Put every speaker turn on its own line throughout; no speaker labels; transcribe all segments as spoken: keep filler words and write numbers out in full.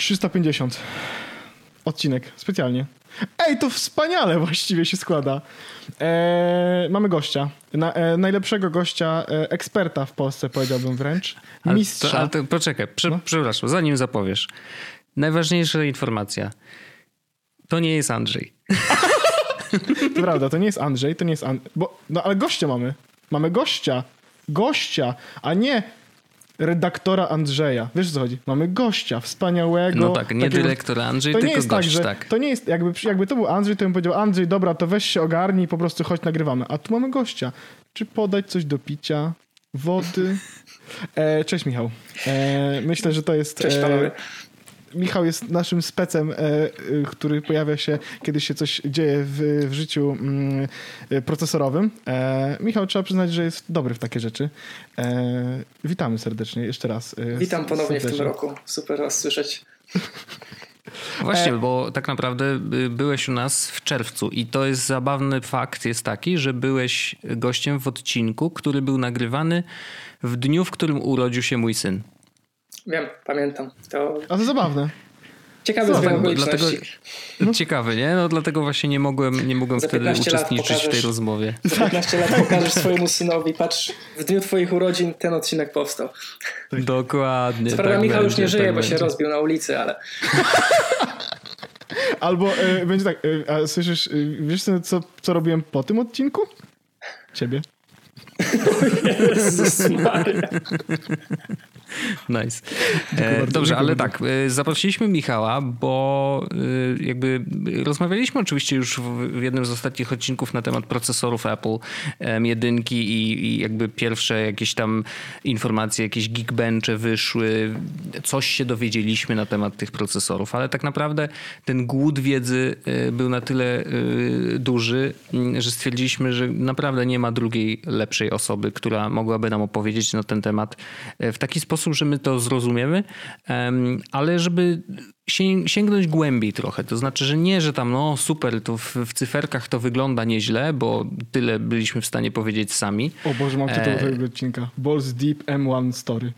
trzysta pięćdziesiąt. Odcinek, specjalnie. Ej, to wspaniale właściwie się składa. Eee, mamy gościa. Na, e, najlepszego gościa, e, eksperta w Polsce, powiedziałbym wręcz. Mistrza.
Ale to, ale to, poczekaj, prze,
no?
przepraszam, zanim zapowiesz. Najważniejsza informacja. To nie jest Andrzej.
To prawda, to nie jest Andrzej, to nie jest Andrzej. Bo, no ale gościa mamy. Mamy gościa. Gościa, a nie redaktora Andrzeja. Wiesz o co chodzi? Mamy gościa wspaniałego.
No tak, nie
takiego...
dyrektora Andrzej,
to
tylko
nie jest
gość,
tak, że,
tak.
To nie jest, jakby, jakby to był Andrzej, to bym powiedział, Andrzej, dobra, to weź się ogarnij i po prostu chodź, nagrywamy. A tu mamy gościa. Czy podać coś do picia? Wody? E, cześć Michał. E, myślę, że to jest...
Cześć panowie.
E, Michał jest naszym specem, e, e, który pojawia się, kiedy się coś dzieje w, w życiu mm, e, procesorowym. E, Michał, trzeba przyznać, że jest dobry w takie rzeczy. E, witamy serdecznie jeszcze raz. E,
Witam ponownie
serdecznie.
w tym roku. Super was słyszeć.
Właśnie, bo tak naprawdę byłeś u nas w czerwcu i to jest zabawny fakt, jest taki, że byłeś gościem w odcinku, który był nagrywany w dniu, w którym urodził się mój syn.
Wiem, pamiętam. To
A to zabawne.
ciekawy
Co,
zbieg
tak,
okoliczności.
dlatego, ciekawe, nie? No dlatego właśnie nie mogłem, nie mogłem
Za
wtedy
piętnaście lat
uczestniczyć w tej
pokażesz-
rozmowie.
Za piętnaście lat pokażesz swojemu synowi, patrz, w dniu twoich urodzin ten odcinek powstał.
Dokładnie.
Co prawda
tak
Michał
będzie,
już nie żyje,
tak
bo
będzie.
się rozbił na ulicy, ale
Albo e, będzie tak, e, a słyszysz, e, wiesz co, co robiłem po tym odcinku? Ciebie.
Jezus Maria.
Nice.
Dziękuję
E,
bardzo,
dobrze,
dziękuję
ale
bardzo.
tak, e, zaprosiliśmy Michała, bo e, jakby rozmawialiśmy oczywiście już w, w jednym z ostatnich odcinków na temat procesorów Apple, em, jedynki i, i jakby pierwsze jakieś tam informacje, jakieś Geekbenche wyszły, coś się dowiedzieliśmy na temat tych procesorów, ale tak naprawdę ten głód wiedzy e, był na tyle e, duży, m, że stwierdziliśmy, że naprawdę nie ma drugiej lepszej osoby, która mogłaby nam opowiedzieć na ten temat e, w taki sposób, że my to zrozumiemy, um, ale żeby sięg- sięgnąć głębiej trochę. To znaczy, że nie, że tam no super, to w, w cyferkach to wygląda nieźle, bo tyle byliśmy w stanie powiedzieć sami.
O Boże, mam tytuł
E...
tego odcinka. Balls Deep M jeden Story.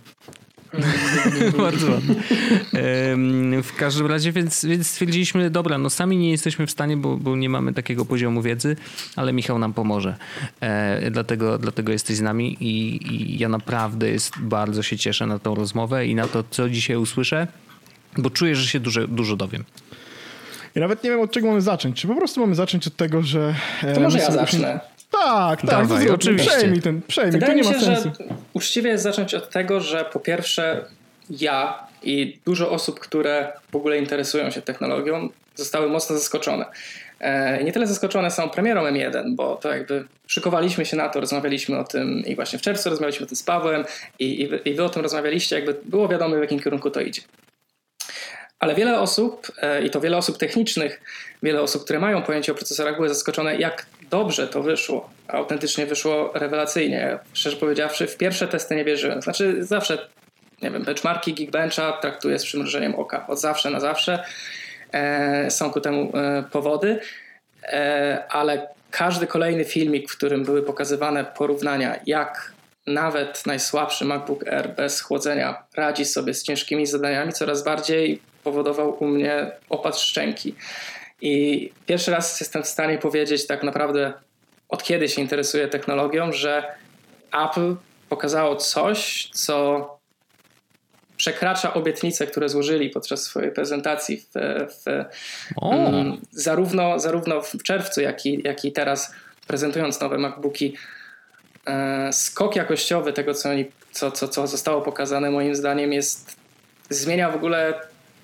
Bardzo ładnie. Um, w każdym razie, więc, więc stwierdziliśmy, dobra, no sami nie jesteśmy w stanie, bo, bo nie mamy takiego poziomu wiedzy, ale Michał nam pomoże. E, dlatego, dlatego jesteś z nami i, i ja naprawdę jest, bardzo się cieszę na tą rozmowę i na to, co dzisiaj usłyszę, bo czuję, że się dużo, dużo dowiem.
Ja nawet nie wiem, od czego mamy zacząć. Czy po prostu mamy zacząć od tego, że... e,
To może
my
ja
sobie
zacznę.
usiąd- Tak, tak,
Dawaj,
to zróbmy.
oczywiście.
Przejmij ten, przejmij,
Wydaje
to nie
mi
ma
się,
sensu.
że uczciwie jest zacząć od tego, że po pierwsze ja i dużo osób, które w ogóle interesują się technologią, zostały mocno zaskoczone. E, nie tyle zaskoczone są premierą M jeden, bo to jakby szykowaliśmy się na to, rozmawialiśmy o tym i właśnie w czerwcu rozmawialiśmy o tym z Pawłem i, i, wy, i wy o tym rozmawialiście, jakby było wiadomo, w jakim kierunku to idzie. Ale wiele osób, i to wiele osób technicznych, wiele osób, które mają pojęcie o procesorach, były zaskoczone, jak dobrze to wyszło. Autentycznie wyszło rewelacyjnie. Szczerze powiedziawszy, w pierwsze testy nie wierzyłem. Znaczy zawsze, nie wiem, benchmarki Geekbencha traktuję z przymrużeniem oka. Od zawsze na zawsze. E, są ku temu e, powody. E, ale każdy kolejny filmik, w którym były pokazywane porównania, jak nawet najsłabszy MacBook Air bez chłodzenia radzi sobie z ciężkimi zadaniami, coraz bardziej powodował u mnie opad szczęki. I pierwszy raz jestem w stanie powiedzieć tak naprawdę, od kiedy się interesuję technologią, że Apple pokazało coś, co przekracza obietnice, które złożyli podczas swojej prezentacji w, w, um, zarówno, zarówno w czerwcu, jak i, jak i teraz prezentując nowe MacBooki. E, skok jakościowy tego, co, oni, co, co, co zostało pokazane, moim zdaniem jest, zmienia w ogóle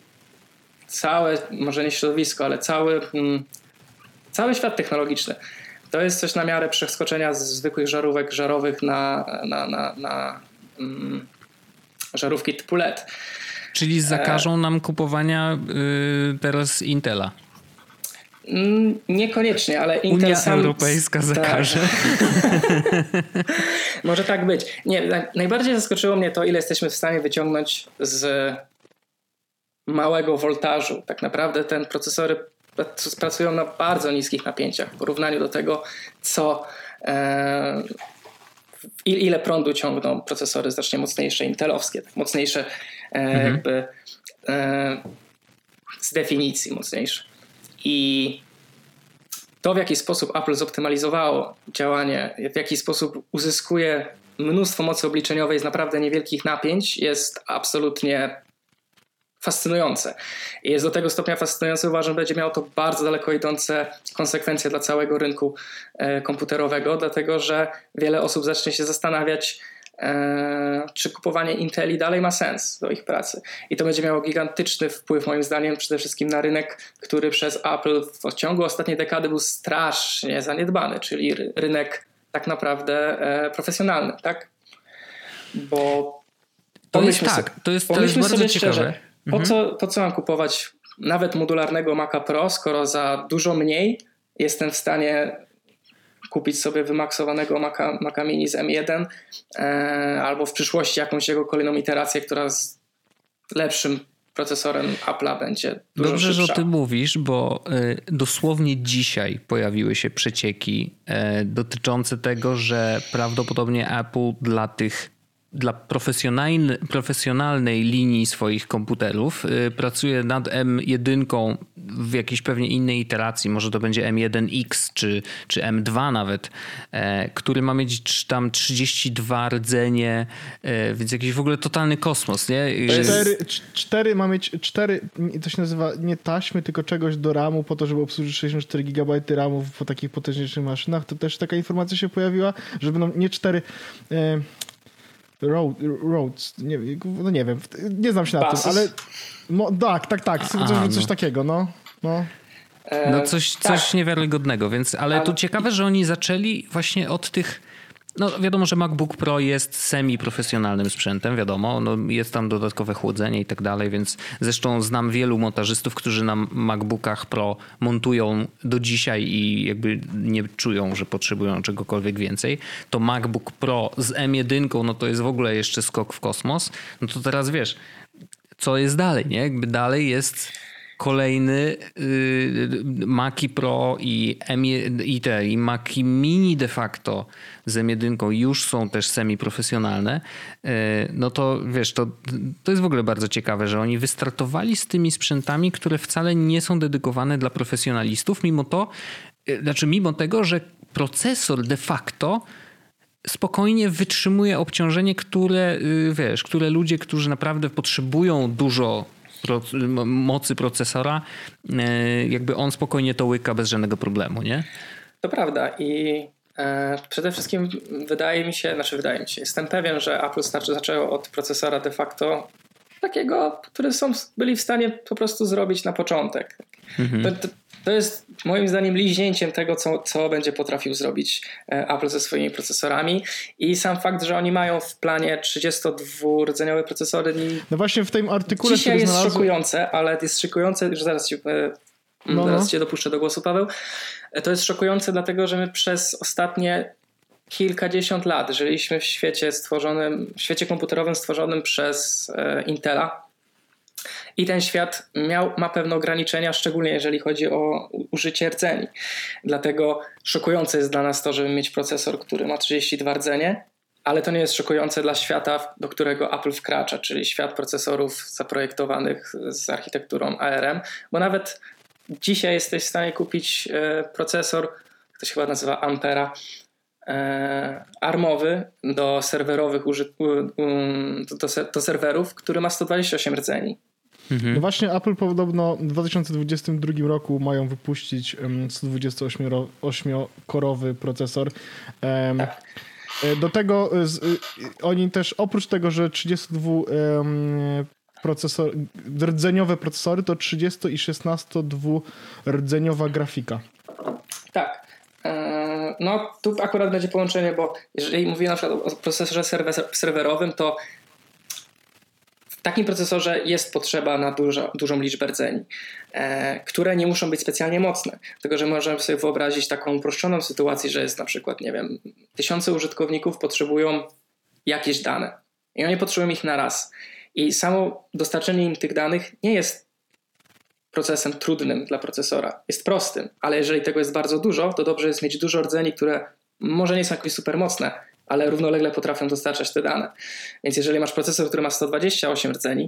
całe, może nie środowisko, ale cały, mm, cały świat technologiczny. To jest coś na miarę przeskoczenia z zwykłych żarówek żarowych na, na, na, na mm, żarówki typu L E D.
Czyli zakażą nam kupowania y, teraz Intela.
Mm, niekoniecznie, ale Intel
Unia
sam...
Europejska zakaże.
Tak. Może tak być. Nie, najbardziej zaskoczyło mnie to, ile jesteśmy w stanie wyciągnąć z małego woltażu. Tak naprawdę ten procesory pracują na bardzo niskich napięciach w porównaniu do tego, co e, ile prądu ciągną procesory znacznie mocniejsze, intelowskie, tak mocniejsze e, mhm. jakby e, z definicji mocniejsze. I to, w jaki sposób Apple zoptymalizowało działanie, w jaki sposób uzyskuje mnóstwo mocy obliczeniowej z naprawdę niewielkich napięć, jest absolutnie fascynujące. I jest do tego stopnia fascynujące, uważam, że będzie miało to bardzo daleko idące konsekwencje dla całego rynku e, komputerowego, dlatego że wiele osób zacznie się zastanawiać, e, czy kupowanie Inteli dalej ma sens do ich pracy. I to będzie miało gigantyczny wpływ, moim zdaniem, przede wszystkim na rynek, który przez Apple w ciągu ostatniej dekady był strasznie zaniedbany, czyli ry- rynek tak naprawdę e, profesjonalny, tak? Bo
to jest
sobie,
tak, to jest, to jest bardzo
sobie
ciekawe.
Szczerze, Po co, po co mam kupować nawet modularnego Maca Pro, skoro za dużo mniej jestem w stanie kupić sobie wymaksowanego Maca, Maca Mini z M jeden e, albo w przyszłości jakąś jego kolejną iterację, która z lepszym procesorem Apple'a będzie dużo
Dobrze,
szybsza.
że o tym mówisz, bo y, dosłownie dzisiaj pojawiły się przecieki y, dotyczące tego, że prawdopodobnie Apple dla tych dla profesjonalnej, profesjonalnej linii swoich komputerów y, pracuje nad M jeden w jakiejś pewnie innej iteracji, może to będzie M jeden X czy, czy M dwa nawet, e, który ma mieć tam trzydzieści dwa rdzenie, e, więc jakiś w ogóle totalny kosmos, nie?
Cztery, cztery ma mieć cztery, to się nazywa nie taśmy, tylko czegoś do ramu po to, żeby obsłużyć sześćdziesiąt cztery gigabajty ramu po takich potężniejszych maszynach. To też taka informacja się pojawiła, że będą nie cztery... E, Road, roads, nie, no nie wiem, nie znam się na
Basis.
tym, ale mo, tak, tak, tak, coś,
A,
coś
no.
takiego, no. no.
No coś, coś tak. niewiarygodnego, więc, ale, ale tu ciekawe, że oni zaczęli właśnie od tych, no wiadomo, że MacBook Pro jest semi-profesjonalnym sprzętem, wiadomo, no jest tam dodatkowe chłodzenie i tak dalej, więc zresztą znam wielu montażystów, którzy na MacBookach Pro montują do dzisiaj i jakby nie czują, że potrzebują czegokolwiek więcej. To MacBook Pro z M jeden, no to jest w ogóle jeszcze skok w kosmos. No to teraz wiesz, co jest dalej, nie? Jakby dalej jest... Kolejny y, Maci Pro i, M, i te i Maci Mini de facto z M jeden już są też semi-profesjonalne, y, no to wiesz, to, to jest w ogóle bardzo ciekawe, że oni wystartowali z tymi sprzętami, które wcale nie są dedykowane dla profesjonalistów, mimo to, y, znaczy mimo tego, że procesor de facto spokojnie wytrzymuje obciążenie, które y, wiesz, które ludzie, którzy naprawdę potrzebują dużo Pro, mocy procesora, jakby on spokojnie to łyka bez żadnego problemu, nie?
To prawda i e, przede wszystkim wydaje mi się, znaczy wydaje mi się, jestem pewien, że Apple znaczy, zaczęło od procesora de facto takiego, który są, byli w stanie po prostu zrobić na początek. Mhm. To, to, to jest moim zdaniem liźnięciem tego, co, co będzie potrafił zrobić Apple ze swoimi procesorami i sam fakt, że oni mają w planie trzydziestodwurdzeniowe procesory.
No właśnie w tym artykule,
dzisiaj
który
jest
znalazłem...
szokujące, ale jest szokujące, że zaraz ci, no, zaraz no. cię dopuszczę do głosu, Paweł. To jest szokujące dlatego, że my przez ostatnie kilkadziesiąt lat żyliśmy w świecie stworzonym, w świecie komputerowym stworzonym przez e, Intela. I ten świat miał, ma pewne ograniczenia, szczególnie jeżeli chodzi o użycie rdzeni. Dlatego szokujące jest dla nas to, żeby mieć procesor, który ma trzydzieści dwa rdzenie, ale to nie jest szokujące dla świata, do którego Apple wkracza, czyli świat procesorów zaprojektowanych z architekturą A R M, bo nawet dzisiaj jesteś w stanie kupić procesor, to się chyba nazywa Ampera, armowy do serwerowych uży- do, do serwerów, który ma sto dwadzieścia osiem rdzeni.
Mhm. No właśnie Apple podobno w dwa tysiące dwudziestym drugim roku mają wypuścić sto dwudziestoośmiokorowy procesor.
Tak.
Do tego z, oni też oprócz tego, że trzydziestodwu procesor, rdzeniowe procesory, to trzydziesto i szesnastodwurdzeniowa grafika.
Tak. No tu akurat będzie połączenie, bo jeżeli mówię na przykład o procesorze serwer- serwerowym, to w takim procesorze jest potrzeba na dużo, dużą liczbę rdzeni, e, które nie muszą być specjalnie mocne. Dlatego, że możemy sobie wyobrazić taką uproszczoną sytuację, że jest na przykład, nie wiem, tysiące użytkowników potrzebują jakieś dane i oni potrzebują ich na raz. I samo dostarczenie im tych danych nie jest procesem trudnym dla procesora. Jest prostym, ale jeżeli tego jest bardzo dużo, to dobrze jest mieć dużo rdzeni, które może nie są jakoś super mocne, ale równolegle potrafią dostarczać te dane. Więc jeżeli masz procesor, który ma sto dwadzieścia osiem rdzeni,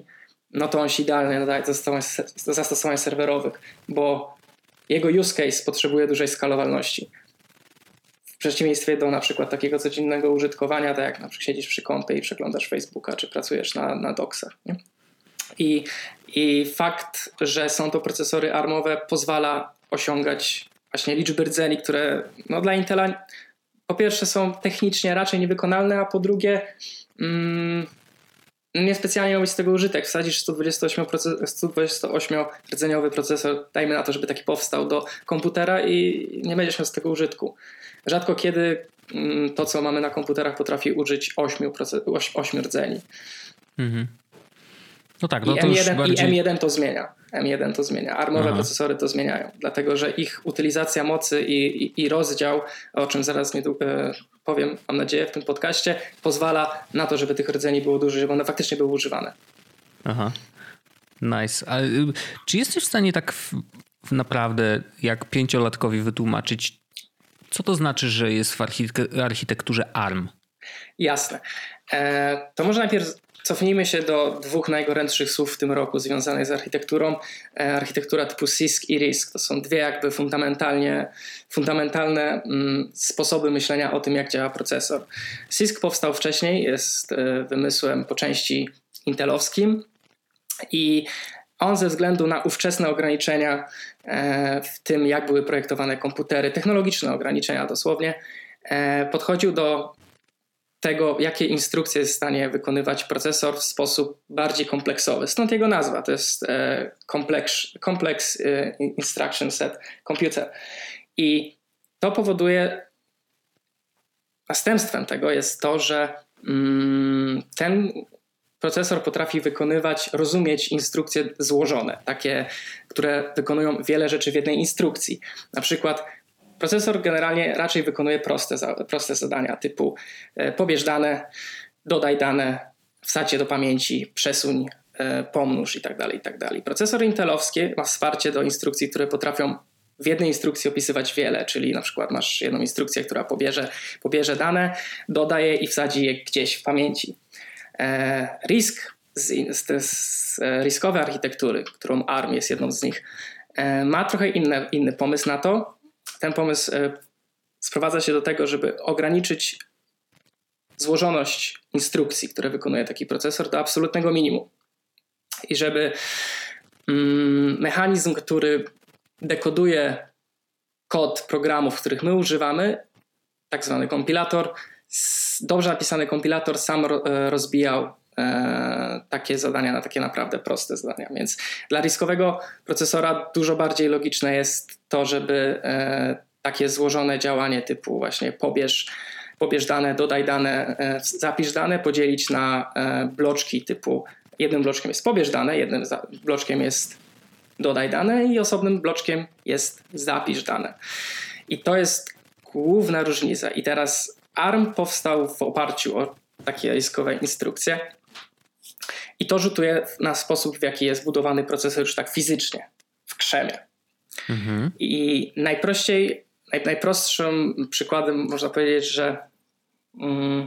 no to on się idealnie nadaje do zastosowań, do zastosowań serwerowych, bo jego use case potrzebuje dużej skalowalności. W przeciwieństwie do na przykład takiego codziennego użytkowania, tak jak na przykład siedzisz przy kompie i przeglądasz Facebooka, czy pracujesz na, na docsach. Nie? I, I fakt, że są to procesory armowe, pozwala osiągać właśnie liczby rdzeni, które no, dla Intela po pierwsze są technicznie raczej niewykonalne, a po drugie mm, niespecjalnie ma być z tego użytek. Wsadzisz sto dwadzieścia osiem rdzeniowy procesor, dajmy na to, żeby taki powstał do komputera i nie będziesz miał z tego użytku. Rzadko kiedy mm, to, co mamy na komputerach, potrafi użyć ośmiu rdzeni. Mhm.
No tak, no
I,
to
M jeden,
bardziej...
I M jeden to zmienia. M jeden to zmienia. Armowe Aha. procesory to zmieniają, dlatego że ich utylizacja mocy i, i, i rozdział, o czym zaraz niedługo e, powiem, mam nadzieję, w tym podcaście, pozwala na to, żeby tych rdzeni było dużo, żeby one faktycznie były używane.
Aha. Nice. A, czy jesteś w stanie tak w, w naprawdę jak pięciolatkowi wytłumaczyć, co to znaczy, że jest w archite- architekturze A R M?
Jasne. E, to może najpierw cofnijmy się do dwóch najgorętszych słów w tym roku związanych z architekturą. E, architektura typu C I S K i RISC. To są dwie jakby fundamentalnie, fundamentalne mm, sposoby myślenia o tym, jak działa procesor. C I S K powstał wcześniej, jest e, wymysłem po części intelowskim i on ze względu na ówczesne ograniczenia e, w tym, jak były projektowane komputery, technologiczne ograniczenia dosłownie, e, podchodził do tego, jakie instrukcje jest w stanie wykonywać procesor w sposób bardziej kompleksowy. Stąd jego nazwa, to jest e, complex, complex e, Instruction Set Computer. I to powoduje, następstwem tego jest to, że mm, ten procesor potrafi wykonywać, rozumieć instrukcje złożone, takie, które wykonują wiele rzeczy w jednej instrukcji. Na przykład procesor generalnie raczej wykonuje proste, proste zadania typu e, pobierz dane, dodaj dane, wsadź je do pamięci, przesuń, e, pomnóż itd., itd. Procesor intelowski ma wsparcie do instrukcji, które potrafią w jednej instrukcji opisywać wiele, czyli na przykład masz jedną instrukcję, która pobierze, pobierze dane, dodaje i wsadzi je gdzieś w pamięci. E, RISC z, z, z riskowej architektury, którą A R M jest jedną z nich, e, ma trochę inne, inny pomysł na to. Ten pomysł e, sprowadza się do tego, żeby ograniczyć złożoność instrukcji, które wykonuje taki procesor, do absolutnego minimum. I żeby mm, mechanizm, który dekoduje kod programów, których my używamy, tak zwany kompilator, dobrze napisany kompilator sam rozbijał e, takie zadania na takie naprawdę proste zadania. Więc dla riskowego procesora dużo bardziej logiczne jest to, żeby e, takie złożone działanie typu właśnie pobierz, pobierz dane, dodaj dane, e, zapisz dane, podzielić na e, bloczki typu jednym bloczkiem jest pobierz dane, jednym za, bloczkiem jest dodaj dane i osobnym bloczkiem jest zapisz dane. I to jest główna różnica. I teraz A R M powstał w oparciu o takie riskowe instrukcje i to rzutuje na sposób, w jaki jest budowany procesor już tak fizycznie, w krzemie. Mhm. I najprościej, naj, najprostszym przykładem można powiedzieć, że mm,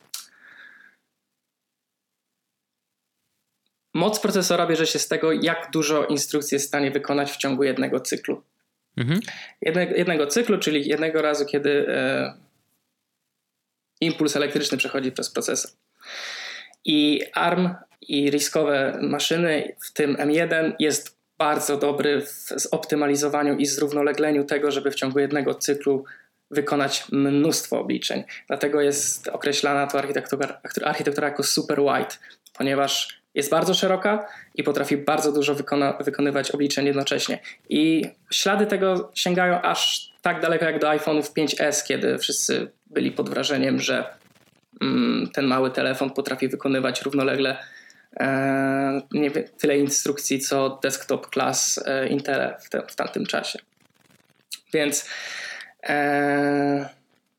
moc procesora bierze się z tego, jak dużo instrukcji jest w stanie wykonać w ciągu jednego cyklu. Mhm. Jedne, jednego cyklu, czyli jednego razu, kiedy e, impuls elektryczny przechodzi przez procesor. I A R M i riskowe maszyny, w tym M jeden, jest bardzo dobry w zoptymalizowaniu i zrównolegleniu tego, żeby w ciągu jednego cyklu wykonać mnóstwo obliczeń. Dlatego jest określana to architektura, architektura jako super wide, ponieważ jest bardzo szeroka i potrafi bardzo dużo wykona- wykonywać obliczeń jednocześnie. I ślady tego sięgają aż tak daleko jak do iPhone'ów pięć S, kiedy wszyscy byli pod wrażeniem, że mm, ten mały telefon potrafi wykonywać równolegle e, nie wiem, tyle instrukcji, co desktop class e, Intel w, te, w tamtym czasie. Więc e,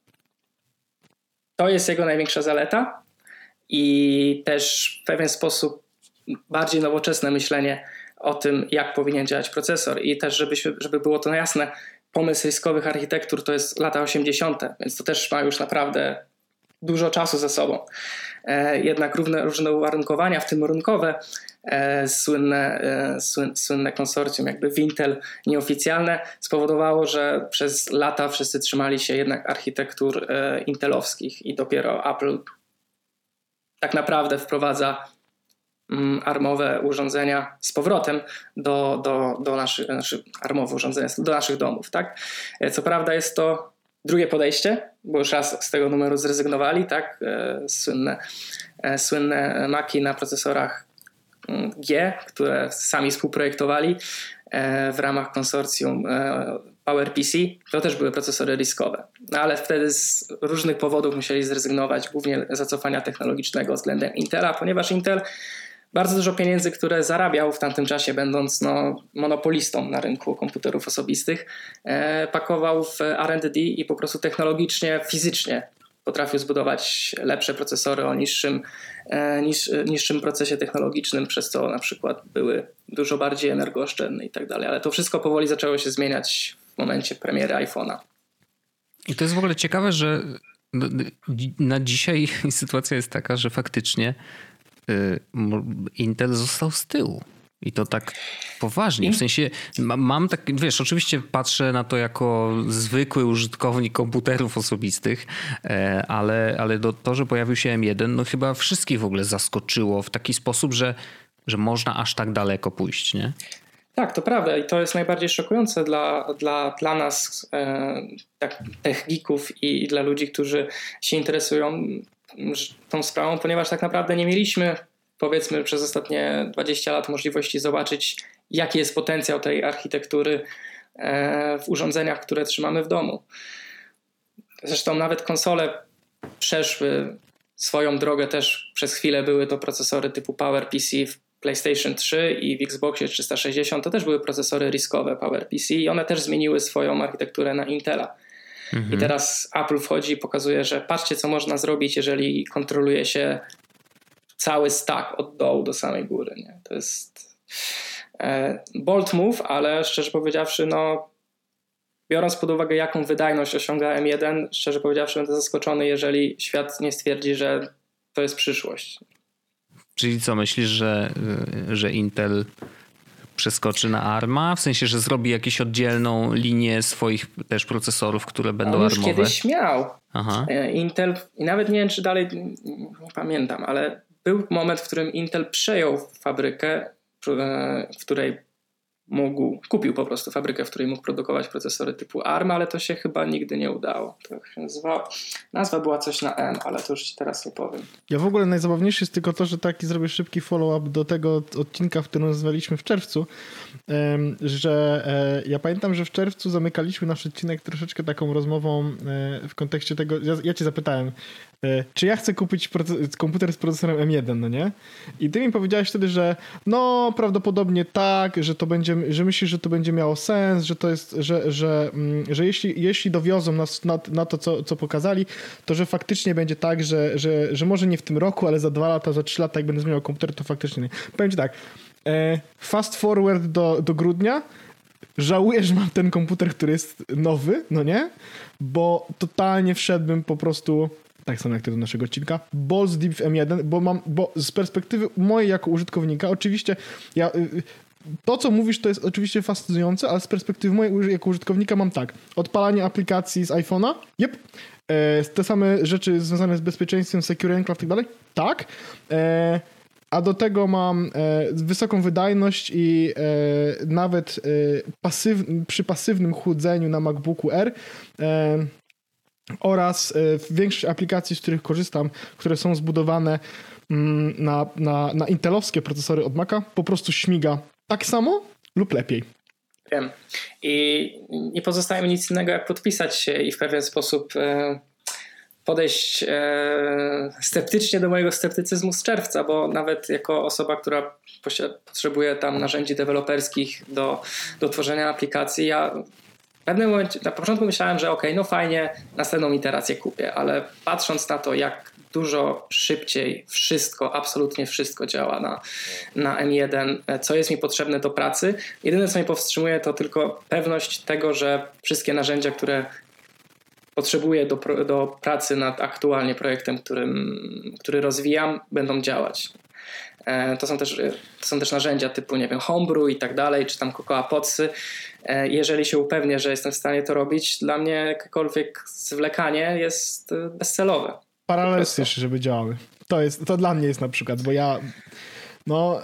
to jest jego największa zaleta i też w pewien sposób bardziej nowoczesne myślenie o tym, jak powinien działać procesor. I też, żeby, żeby było to jasne, pomysł riskowych architektur to jest lata osiemdziesiąte, więc to też ma już naprawdę dużo czasu ze sobą. Jednak równe, różne uwarunkowania, w tym rynkowe, słynne, słyn, słynne konsorcjum jakby Wintel nieoficjalne spowodowało, że przez lata wszyscy trzymali się jednak architektur intelowskich i dopiero Apple tak naprawdę wprowadza armowe urządzenia z powrotem do, do, do naszych, znaczy armowe urządzenia do naszych domów. Tak? Co prawda jest to drugie podejście, bo już raz z tego numeru zrezygnowali, tak? Słynne, słynne Maci na procesorach G, które sami współprojektowali w ramach konsorcjum PowerPC, to też były procesory riskowe. No ale wtedy z różnych powodów musieli zrezygnować, głównie zacofania technologicznego względem Intela, ponieważ Intel bardzo dużo pieniędzy, które zarabiał w tamtym czasie, będąc no, monopolistą na rynku komputerów osobistych, e, pakował w R and D i po prostu technologicznie, fizycznie potrafił zbudować lepsze procesory o niższym, e, niż, niższym procesie technologicznym, przez co na przykład były dużo bardziej energooszczędne i tak dalej. Ale to wszystko powoli zaczęło się zmieniać w momencie premiery iPhone'a.
I to jest w ogóle ciekawe, że na dzisiaj sytuacja jest taka, że faktycznie Intel został z tyłu. I to tak poważnie. W sensie mam tak, wiesz, oczywiście patrzę na to jako zwykły użytkownik komputerów osobistych, ale, ale do, to, że pojawił się M jeden, no chyba wszystkich w ogóle zaskoczyło w taki sposób, że, że można aż tak daleko pójść, nie?
Tak, to prawda i to jest najbardziej szokujące dla, dla, dla nas, e, tak, tech geeków i, i dla ludzi, którzy się interesują tą sprawą, ponieważ tak naprawdę nie mieliśmy, powiedzmy, przez ostatnie dwadzieścia lat możliwości zobaczyć, jaki jest potencjał tej architektury w urządzeniach, które trzymamy w domu. Zresztą nawet konsole przeszły swoją drogę też przez chwilę. Były to procesory typu PowerPC w PlayStation trzy i w Xboxie trzysta sześćdziesiąt. To też były procesory riskowe PowerPC i one też zmieniły swoją architekturę na Intela. Mhm. I teraz Apple wchodzi i pokazuje, że patrzcie, co można zrobić, jeżeli kontroluje się cały stack od dołu do samej góry. Nie? To jest e, bold move, ale szczerze powiedziawszy, no, biorąc pod uwagę, jaką wydajność osiąga M jeden, szczerze powiedziawszy, będę zaskoczony, jeżeli świat nie stwierdzi, że to jest przyszłość.
Czyli co, myślisz, że, że Intel przeskoczy na ARMA? W sensie, że zrobi jakąś oddzielną linię swoich też procesorów, które będą
On już
armowe?
Kiedyś miał.
Aha.
Intel, i nawet nie wiem, czy dalej, nie pamiętam, ale był moment, w którym Intel przejął fabrykę, w której mógł, kupił po prostu fabrykę, w której mógł produkować procesory typu ARM, ale to się chyba nigdy nie udało. To się nazywało, nazwa była coś na M, ale to już ci teraz nie powiem.
Ja w ogóle najzabawniejsze jest tylko to, że taki zrobię szybki follow-up do tego odcinka, w którym nazwaliśmy w czerwcu, że ja pamiętam, że w czerwcu zamykaliśmy nasz odcinek troszeczkę taką rozmową w kontekście tego, ja, ja cię zapytałem, czy ja chcę kupić proces- komputer z procesorem M jeden, no nie? I ty mi powiedziałeś wtedy, że no prawdopodobnie tak, że to będzie, że myślisz, że to będzie miało sens, że to jest, że, że, że jeśli, jeśli dowiozą nas na, na to, co, co pokazali, to że faktycznie będzie tak, że, że, że może nie w tym roku, ale za dwa lata, za trzy lata, jak będę zmieniał komputer, to faktycznie nie. Powiem ci tak, fast forward do, do grudnia, żałuję, że mam ten komputer, który jest nowy, no nie? Bo totalnie wszedłbym po prostu, tak samo jak ty do naszego odcinka, balls deep w M jeden, bo mam, bo z perspektywy mojej jako użytkownika, oczywiście ja, to co mówisz to jest oczywiście fascynujące, ale z perspektywy mojej jako użytkownika mam tak, odpalanie aplikacji z iPhone'a, yep, e, te same rzeczy związane z bezpieczeństwem, Secure Enclave i tak dalej, tak, e, a do tego mam e, wysoką wydajność i e, nawet e, pasyw, przy pasywnym chłodzeniu na MacBooku Air e, oraz e, większość aplikacji, z których korzystam, które są zbudowane mm, na, na, na intelowskie procesory od Maca, po prostu śmiga tak samo lub lepiej.
Wiem. I nie pozostaje mi nic innego, jak podpisać się i w pewien sposób e, podejść e, sceptycznie do mojego sceptycyzmu z czerwca, bo nawet jako osoba, która posi- potrzebuje tam narzędzi deweloperskich do, do tworzenia aplikacji, ja w pewnym momencie, na początku myślałem, że okej, okay, no fajnie, następną iterację kupię, ale patrząc na to, jak dużo szybciej wszystko, absolutnie wszystko działa na, na M jeden, co jest mi potrzebne do pracy, jedyne co mnie powstrzymuje to tylko pewność tego, że wszystkie narzędzia, które potrzebuję do, do pracy nad aktualnie projektem, którym, który rozwijam, będą działać. To są też, to są też narzędzia typu, nie wiem, Homebrew i tak dalej, czy tam Cocoa Podsy. Jeżeli się upewnię, że jestem w stanie to robić, dla mnie jakiekolwiek zwlekanie jest bezcelowe.
Paralelsy jeszcze, żeby działały. To jest, to dla mnie jest na przykład, bo ja no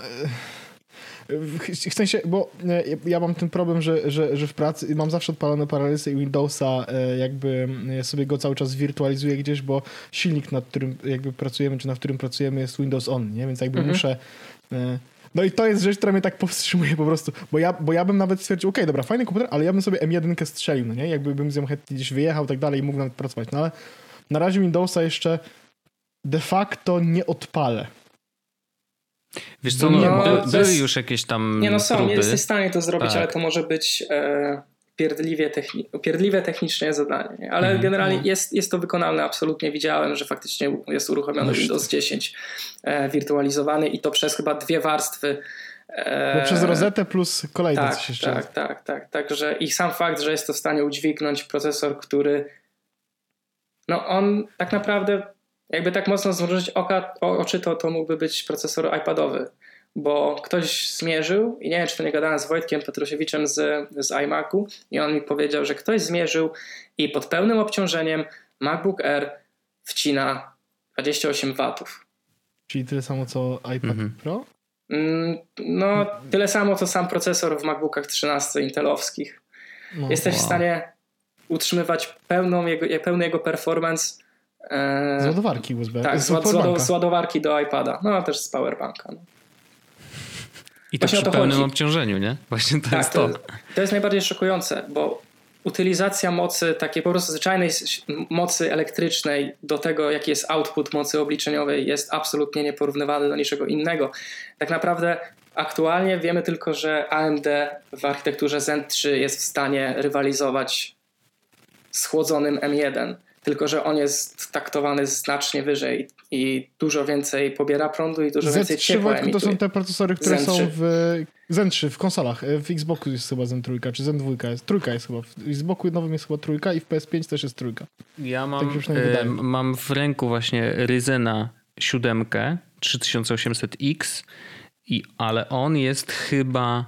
w sensie, bo ja mam ten problem, że, że, że w pracy mam zawsze odpalone Paralelsy i Windowsa, jakby sobie go cały czas wirtualizuję gdzieś, bo silnik, nad którym jakby pracujemy, czy nad którym pracujemy, jest Windows On, nie? Więc jakby mhm. muszę... No i to jest rzecz, która mnie tak powstrzymuje po prostu, bo ja, bo ja bym nawet stwierdził, okej, okay, dobra, fajny komputer, ale ja bym sobie M jeden strzelił, no nie? Jakby bym z nią chętnie gdzieś wyjechał i tak dalej i mógł nawet pracować, no ale na razie Windowsa jeszcze de facto nie odpalę.
Wiesz co, no, no, by, były jest, już jakieś tam
Nie no są,
próby.
nie jesteś w stanie to zrobić,
tak.
ale to może być e, pierdliwie, techni- pierdliwe technicznie zadanie. Nie? Ale mm, generalnie no. jest, jest to wykonalne, absolutnie widziałem, że faktycznie jest uruchomiony no Windows dziesięć e, wirtualizowany i to przez chyba dwie warstwy.
Bo przez rozetę plus kolejne
tak,
coś jeszcze.
Tak, tak, tak. Także i sam fakt, że jest to w stanie udźwignąć procesor, który no on tak naprawdę jakby tak mocno zmrużyć oka, o, oczy, to, to mógłby być procesor iPadowy, bo ktoś zmierzył i nie wiem, czy to nie gadałem z Wojtkiem Petrusiewiczem z, z iMacu i on mi powiedział, że ktoś zmierzył i pod pełnym obciążeniem MacBook Air wcina dwadzieścia osiem watów.
Czyli tyle samo co iPad mhm. Pro?
No, tyle samo co sam procesor w MacBookach trzynaście intelowskich. No, Jesteś wow. w stanie utrzymywać pełną jego, pełny jego performance e...
z ładowarki U S B.
Tak, z, z, z ładowarki do iPada. No, a też z powerbanka. No.
I to Właśnie przy to pełnym chodzi. obciążeniu, nie? Właśnie to
tak,
jest to.
to. To jest najbardziej szokujące, bo utylizacja mocy, takiej po prostu zwyczajnej mocy elektrycznej do tego, jaki jest output mocy obliczeniowej, jest absolutnie nieporównywalny do niczego innego. Tak naprawdę aktualnie wiemy tylko, że A M D w architekturze Zen trzy jest w stanie rywalizować z chłodzonym M jeden, tylko że on jest taktowany znacznie wyżej i dużo więcej pobiera prądu i dużo więcej ciepła emituje.
To są te procesory, które
Zen
są
trzy.
w Zen trzy, w konsolach. W Xboxu jest chyba Zen trzy, czy Zen dwa jest. Trójka jest chyba. W Xboxu nowym jest chyba trójka i w P S pięć też jest trójka.
Ja mam, tak y, mam w ręku właśnie Ryzena siedem trzy tysiące osiemset X, i, ale on jest chyba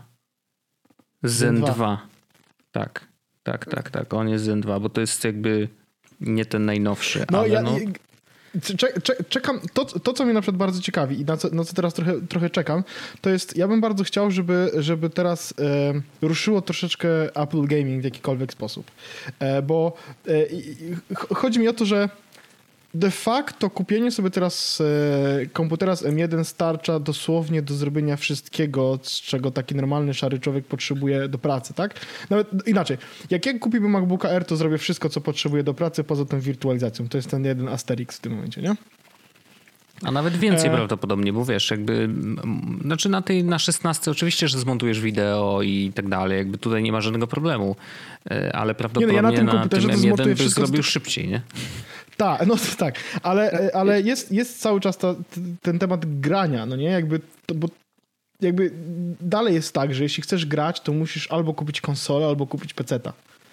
Zen dwa. Tak, tak, tak, tak. On jest Zen dwa, bo to jest jakby nie ten najnowszy.
No,
ale
ja,
no...
Czek, czek, czekam, to, to co mnie na przykład bardzo ciekawi i na co, na co teraz trochę, trochę czekam, to jest, ja bym bardzo chciał, żeby, żeby teraz e, ruszyło troszeczkę Apple Gaming w jakikolwiek sposób. E, bo e, chodzi mi o to, że de facto kupienie sobie teraz e, komputera z M jeden starcza dosłownie do zrobienia wszystkiego, z czego taki normalny szary człowiek potrzebuje do pracy, tak? Nawet inaczej. Jak ja kupiłbym MacBooka Air, to zrobię wszystko, co potrzebuję do pracy, poza tą wirtualizacją. To jest ten jeden asterix w tym momencie, nie?
A nawet więcej e... prawdopodobnie, bo wiesz, jakby, znaczy na tej, na szesnastce oczywiście, że zmontujesz wideo i tak dalej, jakby tutaj nie ma żadnego problemu, ale prawdopodobnie nie, no ja na tym, na tym M jeden byś zrobił z... szybciej, nie?
Tak, no tak, ale, ale jest, jest cały czas ta, ten temat grania, no nie? Jakby, to, bo jakby dalej jest tak, że jeśli chcesz grać, to musisz albo kupić konsolę, albo kupić peceta.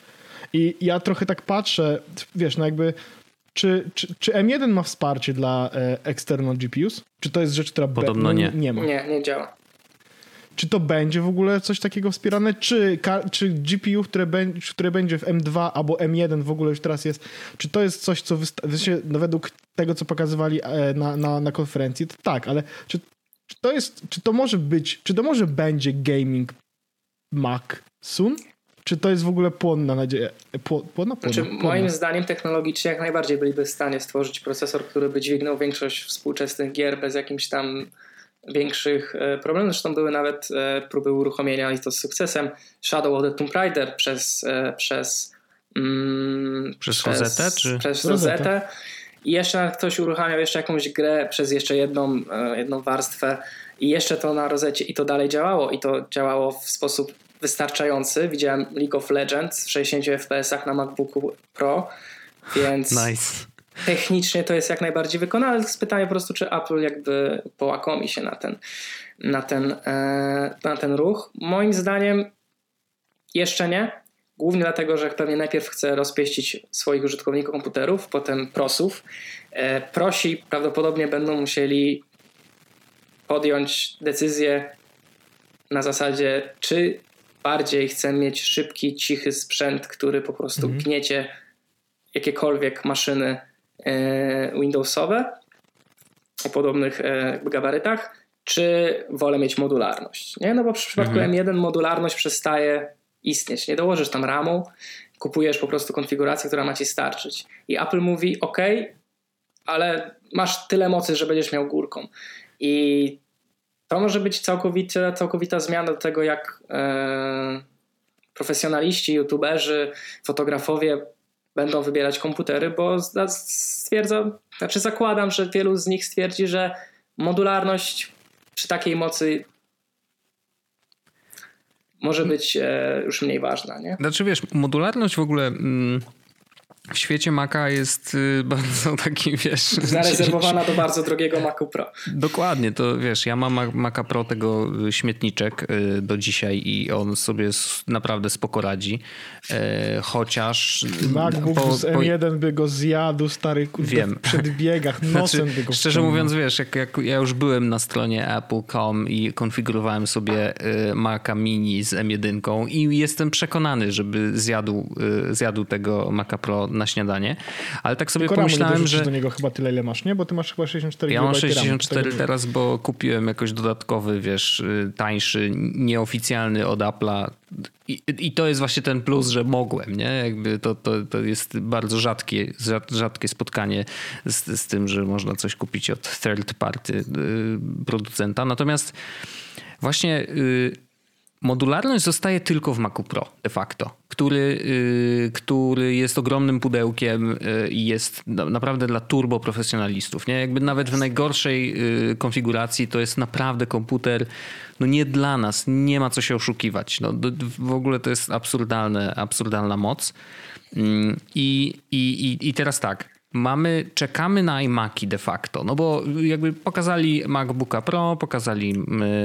I ja trochę tak patrzę, wiesz, no jakby czy, czy, czy M jeden ma wsparcie dla e, external G P Us? Czy to jest rzecz, która
Podobno
be,
nie.
nie ma?
Nie, nie działa.
Czy to będzie w ogóle coś takiego wspierane? Czy, czy G P U, które, be, które będzie w M dwa albo M jeden w ogóle już teraz jest, czy to jest coś, co wysta- no według tego, co pokazywali na, na, na konferencji, to tak, ale czy, czy to jest, czy to może być, czy to może będzie gaming Mac soon? Czy to jest w ogóle płonna nadzieja? Płonna, płonna,
znaczy,
płonna.
Moim zdaniem technologicznie jak najbardziej byliby w stanie stworzyć procesor, który by dźwignął większość współczesnych gier bez jakimś tam większych problemów. Zresztą były nawet próby uruchomienia i to z sukcesem Shadow of the Tomb Raider przez przez, mm,
przez, przez Rozetę? Czy?
Przez Rozetę. I jeszcze ktoś uruchamiał jeszcze jakąś grę przez jeszcze jedną, jedną warstwę i jeszcze to na Rozecie i to dalej działało i to działało w sposób wystarczający. Widziałem League of Legends w sześćdziesięciu F P S-ach na MacBooku Pro, więc
nice.
Technicznie to jest jak najbardziej wykonane. To jest pytanie po prostu, czy Apple jakby połakomi się na ten, na ten, na ten ruch. Moim zdaniem jeszcze nie. Głównie dlatego, że pewnie najpierw chce rozpieścić swoich użytkowników komputerów, potem prosów. Prosi prawdopodobnie będą musieli podjąć decyzję na zasadzie, czy bardziej chcę mieć szybki, cichy sprzęt, który po prostu mhm. gniecie jakiekolwiek maszyny Windowsowe o podobnych gabarytach, czy wolę mieć modularność. Nie? No bo w przypadku mhm. M jeden modularność przestaje istnieć. Nie dołożysz tam ramu, kupujesz po prostu konfigurację, która ma ci starczyć. I Apple mówi, ok, ale masz tyle mocy, że będziesz miał górką. I to może być całkowita, całkowita zmiana do tego, jak e, profesjonaliści, youtuberzy, fotografowie będą wybierać komputery, bo stwierdzam, znaczy zakładam, że wielu z nich stwierdzi, że modularność przy takiej mocy może być e, już mniej ważna. Nie?
Znaczy wiesz, modularność w ogóle mm, w świecie Maca jest y, bardzo taki, wiesz...
Zarezerwowana do bardzo drogiego Macu Pro.
Dokładnie, to wiesz, ja mam Maca Pro tego śmietniczek y, do dzisiaj i on sobie naprawdę spoko radzi. Y, chociaż...
MacBook po, z M jeden po... by go zjadł, stary, kurde, wiem. W przedbiegach, nocem znaczy, by go
szczerze wciągnął. Mówiąc, wiesz, jak, jak ja już byłem na stronie apple kropka com i konfigurowałem sobie y, Maca Mini z M jeden i jestem przekonany, żeby zjadł, y, zjadł tego Maca Pro na śniadanie, ale tak sobie
Tylko
pomyślałem, że...
do niego chyba tyle, ile masz, nie? Bo ty masz chyba sześćdziesiąt cztery
Ja mam sześćdziesiąt cztery teraz, bo kupiłem jakoś dodatkowy, wiesz, tańszy, nieoficjalny od Apple'a i, i to jest właśnie ten plus, że mogłem, nie? Jakby to, to, to jest bardzo rzadkie, rzadkie spotkanie z, z tym, że można coś kupić od third party producenta. Natomiast właśnie... Modularność zostaje tylko w Macu Pro de facto, który, yy, który jest ogromnym pudełkiem i yy, jest na, naprawdę dla turbo profesjonalistów. Nie? Jakby nawet w najgorszej yy, konfiguracji to jest naprawdę komputer no nie dla nas, nie ma co się oszukiwać. No, do, w ogóle to jest absurdalne, absurdalna moc. Yy, i, i, I teraz tak. Mamy, czekamy na iMaki de facto, no bo jakby pokazali MacBooka Pro, pokazali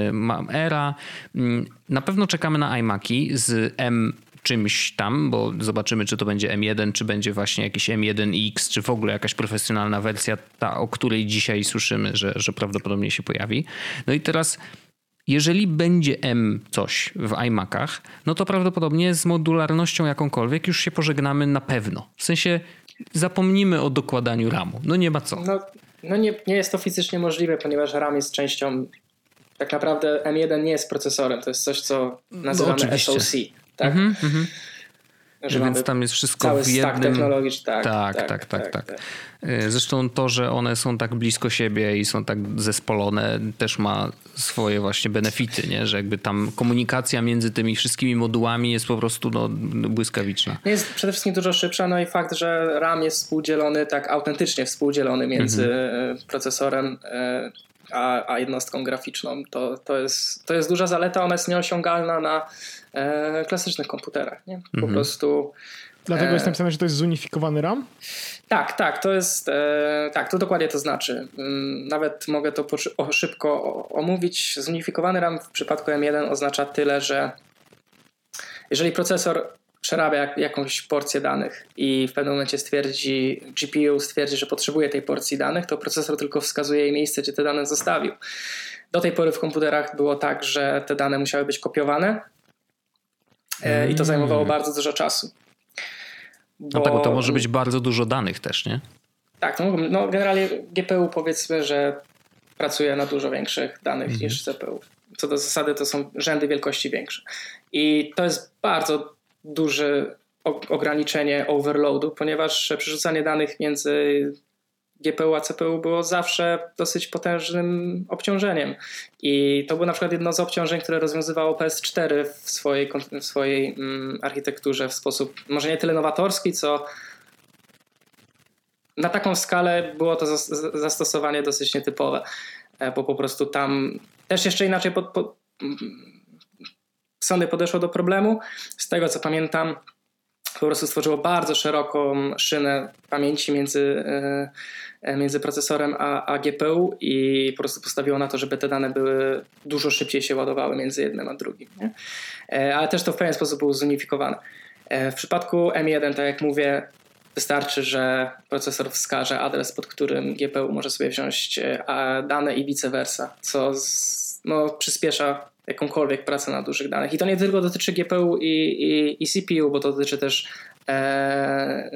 Aira, na pewno czekamy na iMaki z M czymś tam, bo zobaczymy, czy to będzie M jeden, czy będzie właśnie jakiś M jeden X, czy w ogóle jakaś profesjonalna wersja, ta, o której dzisiaj słyszymy, że, że prawdopodobnie się pojawi. No i teraz jeżeli będzie M coś w iMacach, no to prawdopodobnie z modularnością jakąkolwiek już się pożegnamy na pewno. W sensie zapomnimy o dokładaniu ramu. No nie ma co.
No, no nie, nie jest to fizycznie możliwe, ponieważ RAM jest częścią, tak naprawdę M jeden nie jest procesorem, to jest coś, co nazywamy no, S O C. Tak? Mm-hmm, mm-hmm.
Że Więc tam jest wszystko
cały
w jednym...
stack technologiczny. Tak
tak tak tak, tak, tak, tak. Zresztą to, że one są tak blisko siebie i są tak zespolone, też ma swoje właśnie benefity, nie? Że jakby tam komunikacja między tymi wszystkimi modułami jest po prostu no, błyskawiczna.
Jest przede wszystkim dużo szybsza, no i fakt, że RAM jest współdzielony, tak autentycznie współdzielony między mm-hmm. procesorem a, a jednostką graficzną, to, to, jest, to jest duża zaleta, ona jest nieosiągalna na e, klasycznych komputerach. Nie? Po mm-hmm. prostu...
Dlatego e, jest napisane, że to jest zunifikowany RAM?
Tak, tak, to jest, e, tak, to dokładnie to znaczy. Nawet mogę to po, o, szybko omówić. Zunifikowany RAM w przypadku M jeden oznacza tyle, że jeżeli procesor przerabia jakąś porcję danych i w pewnym momencie stwierdzi, G P U stwierdzi, że potrzebuje tej porcji danych, to procesor tylko wskazuje jej miejsce, gdzie te dane zostawił. Do tej pory w komputerach było tak, że te dane musiały być kopiowane mm. i to zajmowało bardzo dużo czasu.
Bo... No tak, bo to może być bardzo dużo danych też, nie?
Tak, no, no generalnie G P U powiedzmy, że pracuje na dużo większych danych mm. niż C P U. Co do zasady to są rzędy wielkości większe. I to jest bardzo duże ograniczenie overloadu, ponieważ przerzucanie danych między G P U a C P U było zawsze dosyć potężnym obciążeniem. I to było na przykład jedno z obciążeń, które rozwiązywało P S cztery w swojej, w swojej mm, architekturze w sposób może nie tyle nowatorski, co na taką skalę było to zastosowanie dosyć nietypowe, bo po prostu tam też jeszcze inaczej pod, pod, Sony podeszło do problemu. Z tego co pamiętam, po prostu stworzyło bardzo szeroką szynę pamięci między, między procesorem a, a G P U i po prostu postawiło na to, żeby te dane były dużo szybciej się ładowały między jednym a drugim. Nie? Ale też to w pewien sposób było zunifikowane. W przypadku M jeden, tak jak mówię, wystarczy, że procesor wskaże adres, pod którym G P U może sobie wziąć dane i vice versa, co z, no, przyspiesza jakąkolwiek pracę na dużych danych. I to nie tylko dotyczy G P U i, i, i C P U, bo to dotyczy też e,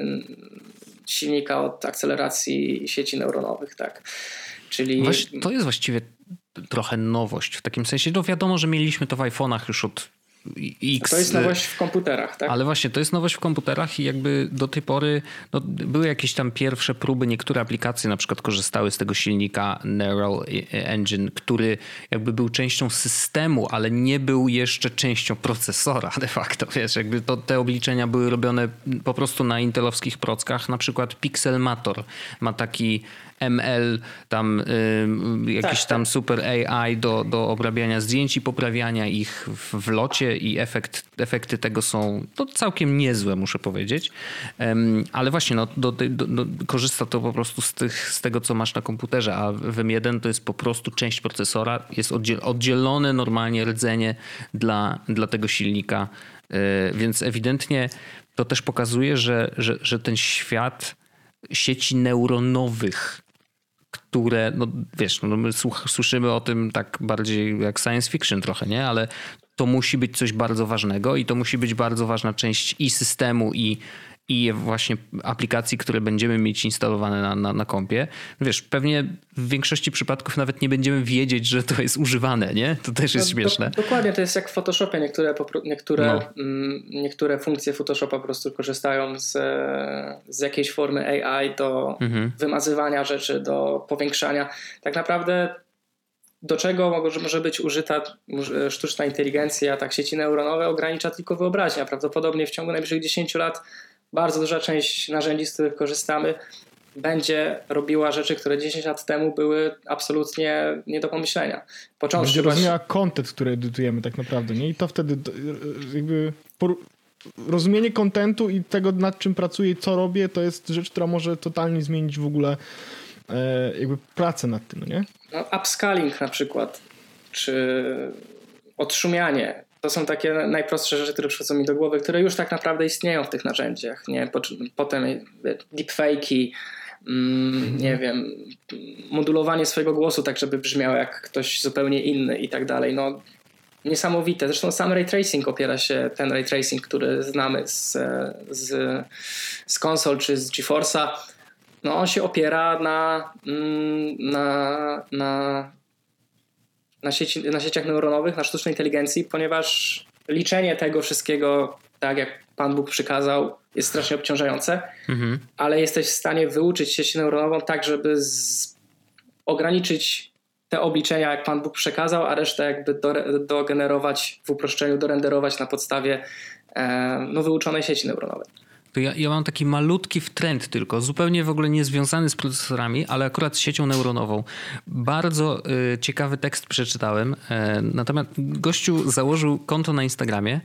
silnika od akceleracji sieci neuronowych. Tak. Czyli...
Właśnie, to jest właściwie trochę nowość w takim sensie. No wiadomo, że mieliśmy to w iPhone'ach już od X.
To jest nowość w komputerach, tak?
Ale właśnie, to jest nowość w komputerach i jakby do tej pory no, były jakieś tam pierwsze próby, niektóre aplikacje na przykład korzystały z tego silnika Neural Engine, który jakby był częścią systemu, ale nie był jeszcze częścią procesora de facto, wiesz, jakby to, te obliczenia były robione po prostu na intelowskich prockach, na przykład Pixelmator ma taki M L, tam y, jakiś tak, tam tak. super A I do, do obrabiania zdjęć i poprawiania ich w, w locie i efekt, efekty tego są no, całkiem niezłe, muszę powiedzieć. Um, ale właśnie no, do, do, do, korzysta to po prostu z, tych, z tego, co masz na komputerze, a w M jeden to jest po prostu część procesora, jest oddziel, oddzielone normalnie rdzenie dla, dla tego silnika, y, więc ewidentnie to też pokazuje, że, że, że ten świat sieci neuronowych, które, no wiesz, no my słuch- słyszymy o tym tak bardziej jak science fiction trochę, nie? Ale to musi być coś bardzo ważnego i to musi być bardzo ważna część i systemu, i, i właśnie aplikacji, które będziemy mieć instalowane na, na, na kompie. Wiesz, pewnie w większości przypadków nawet nie będziemy wiedzieć, że to jest używane, nie? To też jest no, śmieszne.
Do, dokładnie, to jest jak w Photoshopie. Niektóre, niektóre, no. m, niektóre funkcje Photoshopa po prostu korzystają z, z jakiejś formy A I do mhm. wymazywania rzeczy, do powiększania. Tak naprawdę do czego może, może być użyta sztuczna inteligencja, tak sieci neuronowe ogranicza tylko wyobraźnia. Prawdopodobnie w ciągu najbliższych dziesięciu lat bardzo duża część narzędzi, z których korzystamy, będzie robiła rzeczy, które dziesięć lat temu były absolutnie nie do pomyślenia.
Począwszy będzie rozumiała content, który edytujemy tak naprawdę, nie? I to wtedy jakby rozumienie kontentu i tego, nad czym pracuję i co robię, to jest rzecz, która może totalnie zmienić w ogóle e, jakby pracę nad tym, nie?
No, upscaling na przykład, czy odszumianie. To są takie najprostsze rzeczy, które przychodzą mi do głowy, które już tak naprawdę istnieją w tych narzędziach. Nie? Potem deepfake'i, mm, nie wiem, modulowanie swojego głosu tak, żeby brzmiał jak ktoś zupełnie inny i tak dalej. No, niesamowite. Zresztą sam ray tracing opiera się, ten ray tracing, który znamy z, z, z konsol czy z GeForce'a, no on się opiera na, na, na Na, sieci, na sieciach neuronowych, na sztucznej inteligencji, ponieważ liczenie tego wszystkiego, tak jak Pan Bóg przykazał, jest strasznie obciążające, mhm. ale jesteś w stanie wyuczyć sieć neuronową tak, żeby z... ograniczyć te obliczenia, jak Pan Bóg przekazał, a resztę jakby do, dogenerować w uproszczeniu, dorenderować na podstawie e, no, wyuczonej sieci neuronowej.
To ja, ja mam taki malutki wtręt tylko, zupełnie w ogóle niezwiązany z procesorami, ale akurat z siecią neuronową. Bardzo y, ciekawy tekst przeczytałem. Y, natomiast gościu założył konto na Instagramie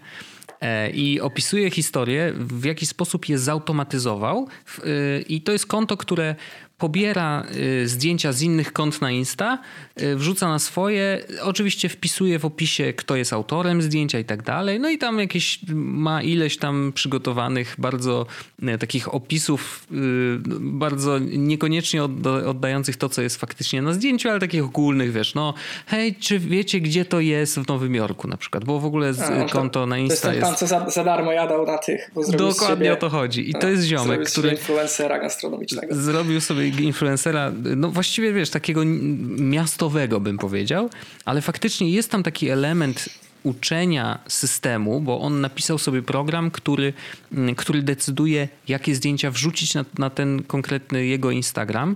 y, i opisuje historię, w jaki sposób je zautomatyzował. Y, I to jest konto, które pobiera y, zdjęcia z innych kont na Insta, y, wrzuca na swoje, oczywiście wpisuje w opisie, kto jest autorem zdjęcia i tak dalej. No i tam jakieś ma ileś tam przygotowanych bardzo y, takich opisów, y, bardzo niekoniecznie od, oddających to, co jest faktycznie na zdjęciu, ale takich ogólnych, wiesz, no hej, czy wiecie, gdzie to jest w Nowym Jorku na przykład, bo w ogóle z, A, konto na Insta jest...
To jest ten pan, co za, za darmo jadał na tych, bo
zrobił Dokładnie siebie, o to chodzi. I to jest ziomek, który...
influencera gastronomicznego.
Zrobił sobie influencera, no właściwie wiesz, takiego miastowego bym powiedział, ale faktycznie jest tam taki element uczenia systemu, bo on napisał sobie program, który, który decyduje, jakie zdjęcia wrzucić na, na ten konkretny jego Instagram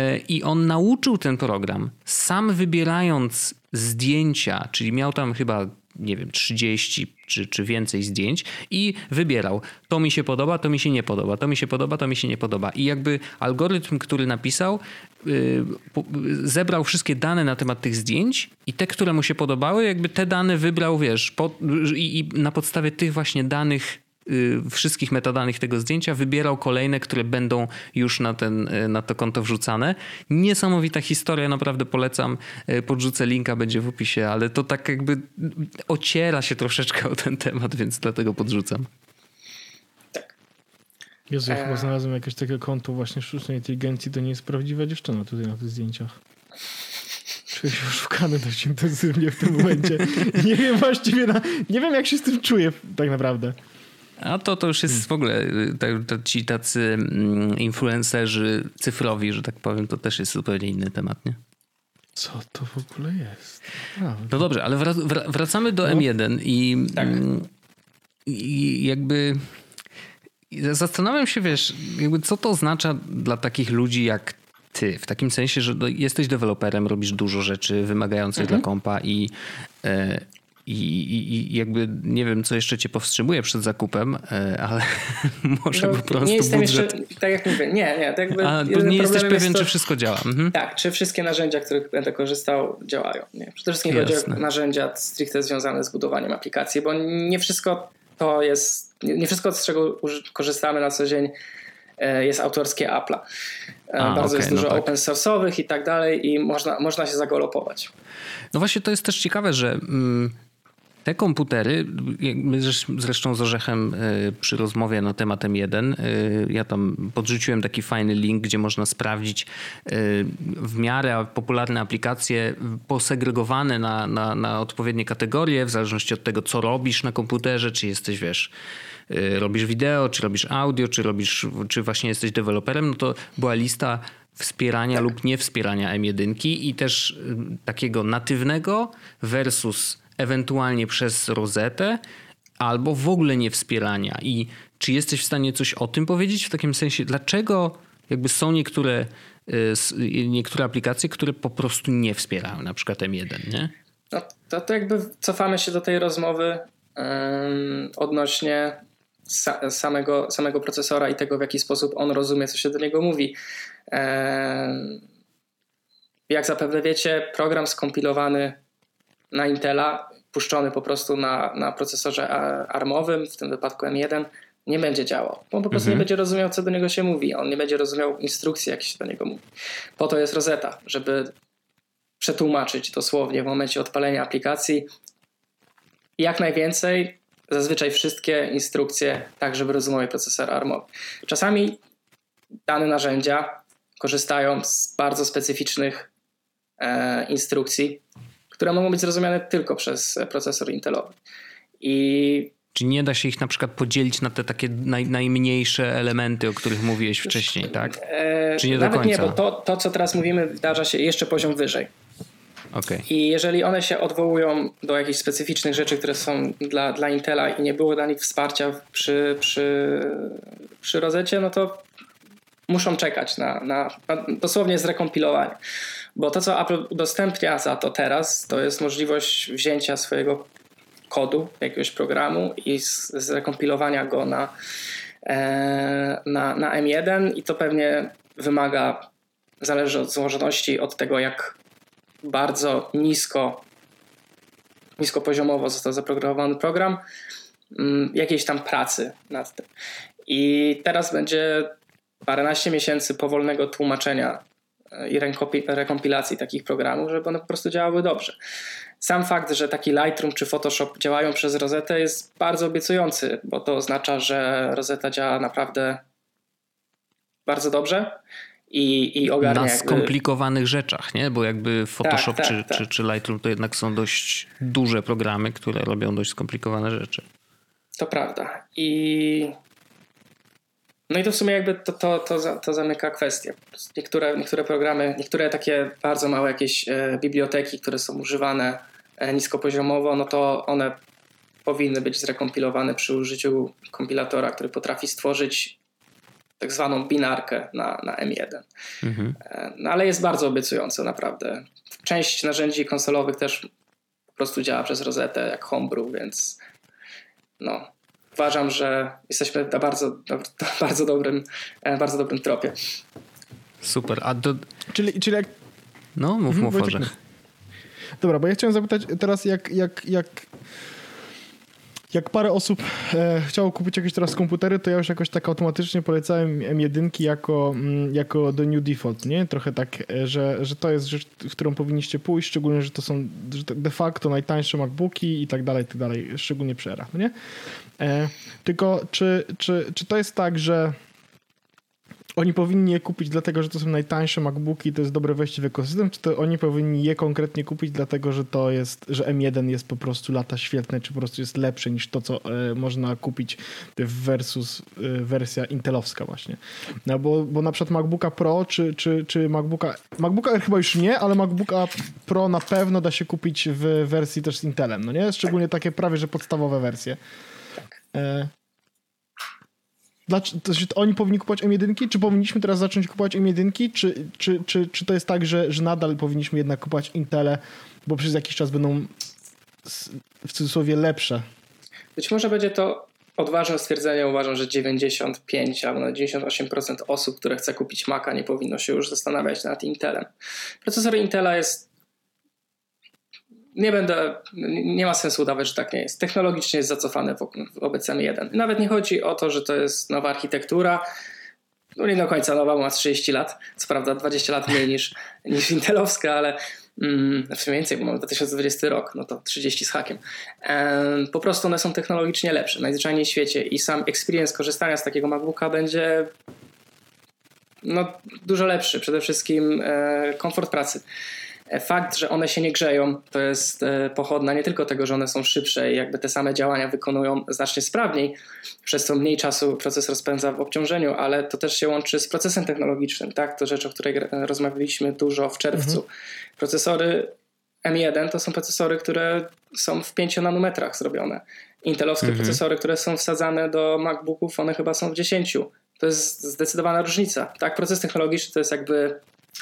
i on nauczył ten program, sam wybierając zdjęcia, czyli miał tam chyba nie wiem, trzydzieści czy, czy więcej zdjęć i wybierał. To mi się podoba, to mi się nie podoba, to mi się podoba, to mi się nie podoba. I jakby algorytm, który napisał, yy, po, zebrał wszystkie dane na temat tych zdjęć i te, które mu się podobały, jakby te dane wybrał, wiesz, po, i, i na podstawie tych właśnie danych wszystkich metadanych tego zdjęcia wybierał kolejne, które będą już na, ten, na to konto wrzucane. Niesamowita historia, naprawdę polecam. Podrzucę linka, będzie w opisie, ale to tak jakby ociera się troszeczkę o ten temat, więc dlatego podrzucam.
Jezu, ja e... chyba znalazłem jakieś takie konto właśnie sztucznej inteligencji, to nie jest prawdziwa dziewczyna tutaj na tych zdjęciach. Czuję się oszukany dość intensywnie w tym momencie. Nie wiem właściwie, na, nie wiem jak się z tym czuję tak naprawdę.
A to to już jest hmm. w ogóle, to, to ci tacy influencerzy cyfrowi, że tak powiem, to też jest zupełnie inny temat, nie?
Co to w ogóle jest? Naprawdę.
No dobrze, ale wracamy do no. M jeden i, tak. i jakby zastanawiam się, wiesz, jakby co to oznacza dla takich ludzi jak ty, w takim sensie, że jesteś deweloperem, robisz dużo rzeczy wymagających mhm. dla kompa i, i, i, i jakby nie wiem, co jeszcze cię powstrzymuje przed zakupem, ale może
no,
po prostu
nie jestem
budżet...
jeszcze, tak jak mówię, nie, nie. Tak jakby
A, nie jesteś pewien, to, czy wszystko działa. Mhm.
Tak, czy wszystkie narzędzia, których będę korzystał, działają. Nie? Przede wszystkim Jasne. chodzi o narzędzia stricte związane z budowaniem aplikacji, bo nie wszystko to jest, nie wszystko, z czego korzystamy na co dzień, jest autorskie Apple'a. A, Bardzo okay, jest dużo no tak. open source'owych i tak dalej i można, można się zagalopować.
No właśnie to jest też ciekawe, że mm, te komputery, my zresztą z Orzechem y, przy rozmowie na temat M jeden, y, ja tam podrzuciłem taki fajny link, gdzie można sprawdzić y, w miarę popularne aplikacje posegregowane na, na, na odpowiednie kategorie, w zależności od tego, co robisz na komputerze, czy jesteś, wiesz, robisz wideo, czy robisz audio, czy robisz, czy właśnie jesteś deweloperem, no to była lista wspierania tak. lub niewspierania M jeden i też takiego natywnego versus ewentualnie przez Rozetę albo w ogóle niewspierania. I czy jesteś w stanie coś o tym powiedzieć w takim sensie, dlaczego jakby są niektóre, niektóre aplikacje, które po prostu nie wspierają, na przykład M jeden, nie?
No to, to jakby cofamy się do tej rozmowy um, odnośnie samego, samego procesora i tego, w jaki sposób on rozumie, co się do niego mówi. Jak zapewne wiecie, program skompilowany na Intela, puszczony po prostu na, na procesorze armowym, w tym wypadku M jeden, nie będzie działał. On po prostu mhm. nie będzie rozumiał, co do niego się mówi. On nie będzie rozumiał instrukcji, jak się do niego mówi. Po to jest Rosetta, żeby przetłumaczyć dosłownie w momencie odpalenia aplikacji jak najwięcej, zazwyczaj wszystkie instrukcje, tak żeby rozumiał procesor armowy. Czasami dane narzędzia korzystają z bardzo specyficznych e, instrukcji, które mogą być zrozumiane tylko przez procesor intelowy. I
Czyli nie da się ich na przykład podzielić na te takie naj, najmniejsze elementy, o których mówiłeś wcześniej, tak?
E,
Czy nie
nawet
do końca?
nie, bo to, to, co teraz mówimy, wydarza się jeszcze poziom wyżej.
Okay.
I jeżeli one się odwołują do jakichś specyficznych rzeczy, które są dla, dla Intela i nie było dla nich wsparcia przy, przy, przy Rozecie, no to muszą czekać na, na, na dosłownie zrekompilowanie. Bo to, co Apple udostępnia za to teraz, to jest możliwość wzięcia swojego kodu jakiegoś programu i z, zrekompilowania go na, e, na, na M jeden i to pewnie wymaga, zależy od złożoności, od tego, jak bardzo nisko, niskopoziomowo został zaprogramowany program, jakiejś tam pracy nad tym. I teraz będzie paręnaście miesięcy powolnego tłumaczenia i rekompilacji takich programów, żeby one po prostu działały dobrze. Sam fakt, że taki Lightroom czy Photoshop działają przez Rozetę jest bardzo obiecujący, bo to oznacza, że Rosetta działa naprawdę bardzo dobrze. I, i ogarnia
na
jakby...
skomplikowanych rzeczach, nie? Bo jakby Photoshop
tak, tak,
czy,
tak.
Czy, czy Lightroom to jednak są dość duże programy, które robią dość skomplikowane rzeczy.
To prawda. I no i to w sumie jakby to, to, to, to zamyka kwestię. Niektóre, niektóre programy, niektóre takie bardzo małe jakieś e, biblioteki, które są używane e, niskopoziomowo, no to one powinny być zrekompilowane przy użyciu kompilatora, który potrafi stworzyć tak zwaną binarkę na, na M jeden. Mhm. No ale jest bardzo obiecujące naprawdę. Część narzędzi konsolowych też po prostu działa przez Rozetę jak Homebrew, więc no, uważam, że jesteśmy na bardzo, na bardzo, dobrym, bardzo dobrym tropie.
Super. A do...
Czyli, czyli jak...
No, mów, mów, Orzech. Mhm,
Dobra, bo ja chciałem zapytać teraz, jak... jak, jak... Jak parę osób e, chciało kupić jakieś teraz komputery, to ja już jakoś tak automatycznie polecałem M jeden jako, mm, jako the new default, nie? Trochę tak, e, że, że to jest rzecz, w którą powinniście pójść, szczególnie, że to są że de facto najtańsze MacBooki i tak dalej, i tak dalej, szczególnie przy erach, nie? E, tylko czy, czy, czy to jest tak, że oni powinni je kupić dlatego, że to są najtańsze MacBooki i to jest dobre wejście w ekosystem, czy to oni powinni je konkretnie kupić dlatego, że to jest, że M jeden jest po prostu lata świetne, czy po prostu jest lepsze niż to, co y, można kupić versus y, wersja intelowska właśnie. No bo, bo na przykład MacBooka Pro, czy, czy, czy MacBooka, MacBooka Air chyba już nie, ale MacBooka Pro na pewno da się kupić w wersji też z Intelem, no nie? Szczególnie takie prawie, że podstawowe wersje. Y, Dlaczego, to, że oni powinni kupować M jeden? Czy powinniśmy teraz zacząć kupować M jeden? Czy, czy, czy, czy to jest tak, że, że nadal powinniśmy jednak kupować Intele, bo przez jakiś czas będą w cudzysłowie lepsze?
Być może będzie to odważne stwierdzenie. Uważam, że dziewięćdziesiąt pięć albo nawet dziewięćdziesiąt osiem procent osób, które chce kupić Maca, nie powinno się już zastanawiać nad Intelem. Procesor Intela jest Nie będę, nie ma sensu udawać, że tak nie jest. Technologicznie jest zacofany wobec M jeden. Nawet nie chodzi o to, że to jest nowa architektura. No nie do końca nowa, bo ma trzydzieści lat. Co prawda dwadzieścia lat mniej niż, niż intelowska, ale mm, w sumie więcej, bo mamy dwa tysiące dwudziesty rok, no to trzydzieści z hakiem. Ehm, po prostu one są technologicznie lepsze, najzwyczajniej w świecie i sam experience korzystania z takiego MacBooka będzie no, dużo lepszy. Przede wszystkim e, komfort pracy. Fakt, że one się nie grzeją, to jest pochodna nie tylko tego, że one są szybsze i jakby te same działania wykonują znacznie sprawniej, przez co mniej czasu procesor spędza w obciążeniu, ale to też się łączy z procesem technologicznym, tak? To rzecz, o której rozmawialiśmy dużo w czerwcu. Mhm. Procesory M jeden to są procesory, które są w pięciu nanometrach zrobione. Intelowskie mhm. procesory, które są wsadzane do MacBooków, one chyba są w dziesięciu. To jest zdecydowana różnica. Tak? Proces technologiczny to jest jakby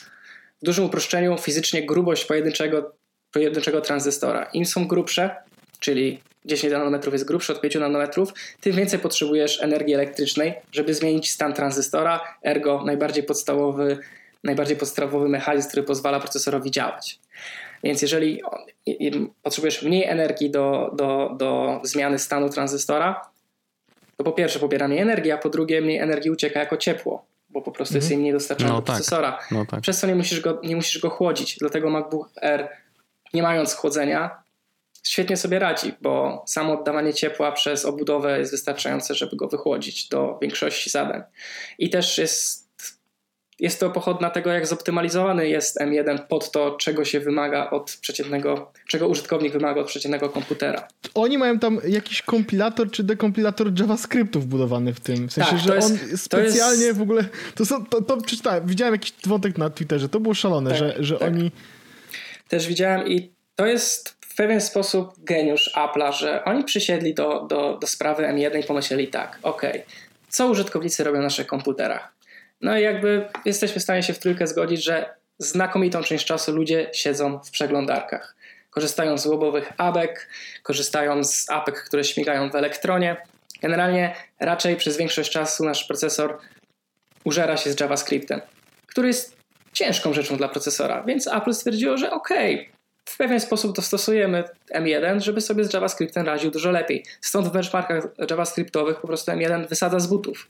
w dużym uproszczeniu fizycznie grubość pojedynczego, pojedynczego tranzystora. Im są grubsze, czyli dziesięć nanometrów jest grubszy od pięciu nanometrów, tym więcej potrzebujesz energii elektrycznej, żeby zmienić stan tranzystora, ergo najbardziej podstawowy, najbardziej podstawowy mechanizm, który pozwala procesorowi działać. Więc jeżeli potrzebujesz mniej energii do, do, do zmiany stanu tranzystora, to po pierwsze pobiera mniej energii, a po drugie mniej energii ucieka jako ciepło, bo po prostu mm-hmm. jest jej mniej dostarczane
no
do
tak.
procesora.
No tak.
Przez co nie musisz, go, nie musisz go chłodzić. Dlatego MacBook Air, nie mając chłodzenia, świetnie sobie radzi, bo samo oddawanie ciepła przez obudowę jest wystarczające, żeby go wychłodzić do większości zadań. I też jest, jest to pochodna tego, jak zoptymalizowany jest M jeden pod to, czego się wymaga od przeciętnego, czego użytkownik wymaga od przeciętnego komputera.
Oni mają tam jakiś kompilator czy dekompilator JavaScriptu wbudowany w tym. W sensie,
tak,
że
jest,
on specjalnie
jest...
w ogóle... To, są, to, to przeczytałem, widziałem jakiś wątek na Twitterze, to było szalone, tak, że, że tak. oni...
Też widziałem i to jest w pewien sposób geniusz Apple'a, że oni przysiedli do, do, do sprawy M jeden i pomyśleli tak, okej, okay, co użytkownicy robią na naszych komputerach? No i jakby jesteśmy w stanie się w trójkę zgodzić, że znakomitą część czasu ludzie siedzą w przeglądarkach. Korzystają z webowych apek, korzystają z apek, które śmigają w elektronie. Generalnie raczej przez większość czasu nasz procesor użera się z JavaScriptem, który jest ciężką rzeczą dla procesora, więc Apple stwierdziło, że okej, okay, w pewien sposób dostosujemy M jeden, żeby sobie z JavaScriptem radził dużo lepiej. Stąd w benchmarkach JavaScriptowych po prostu M jeden wysadza z butów.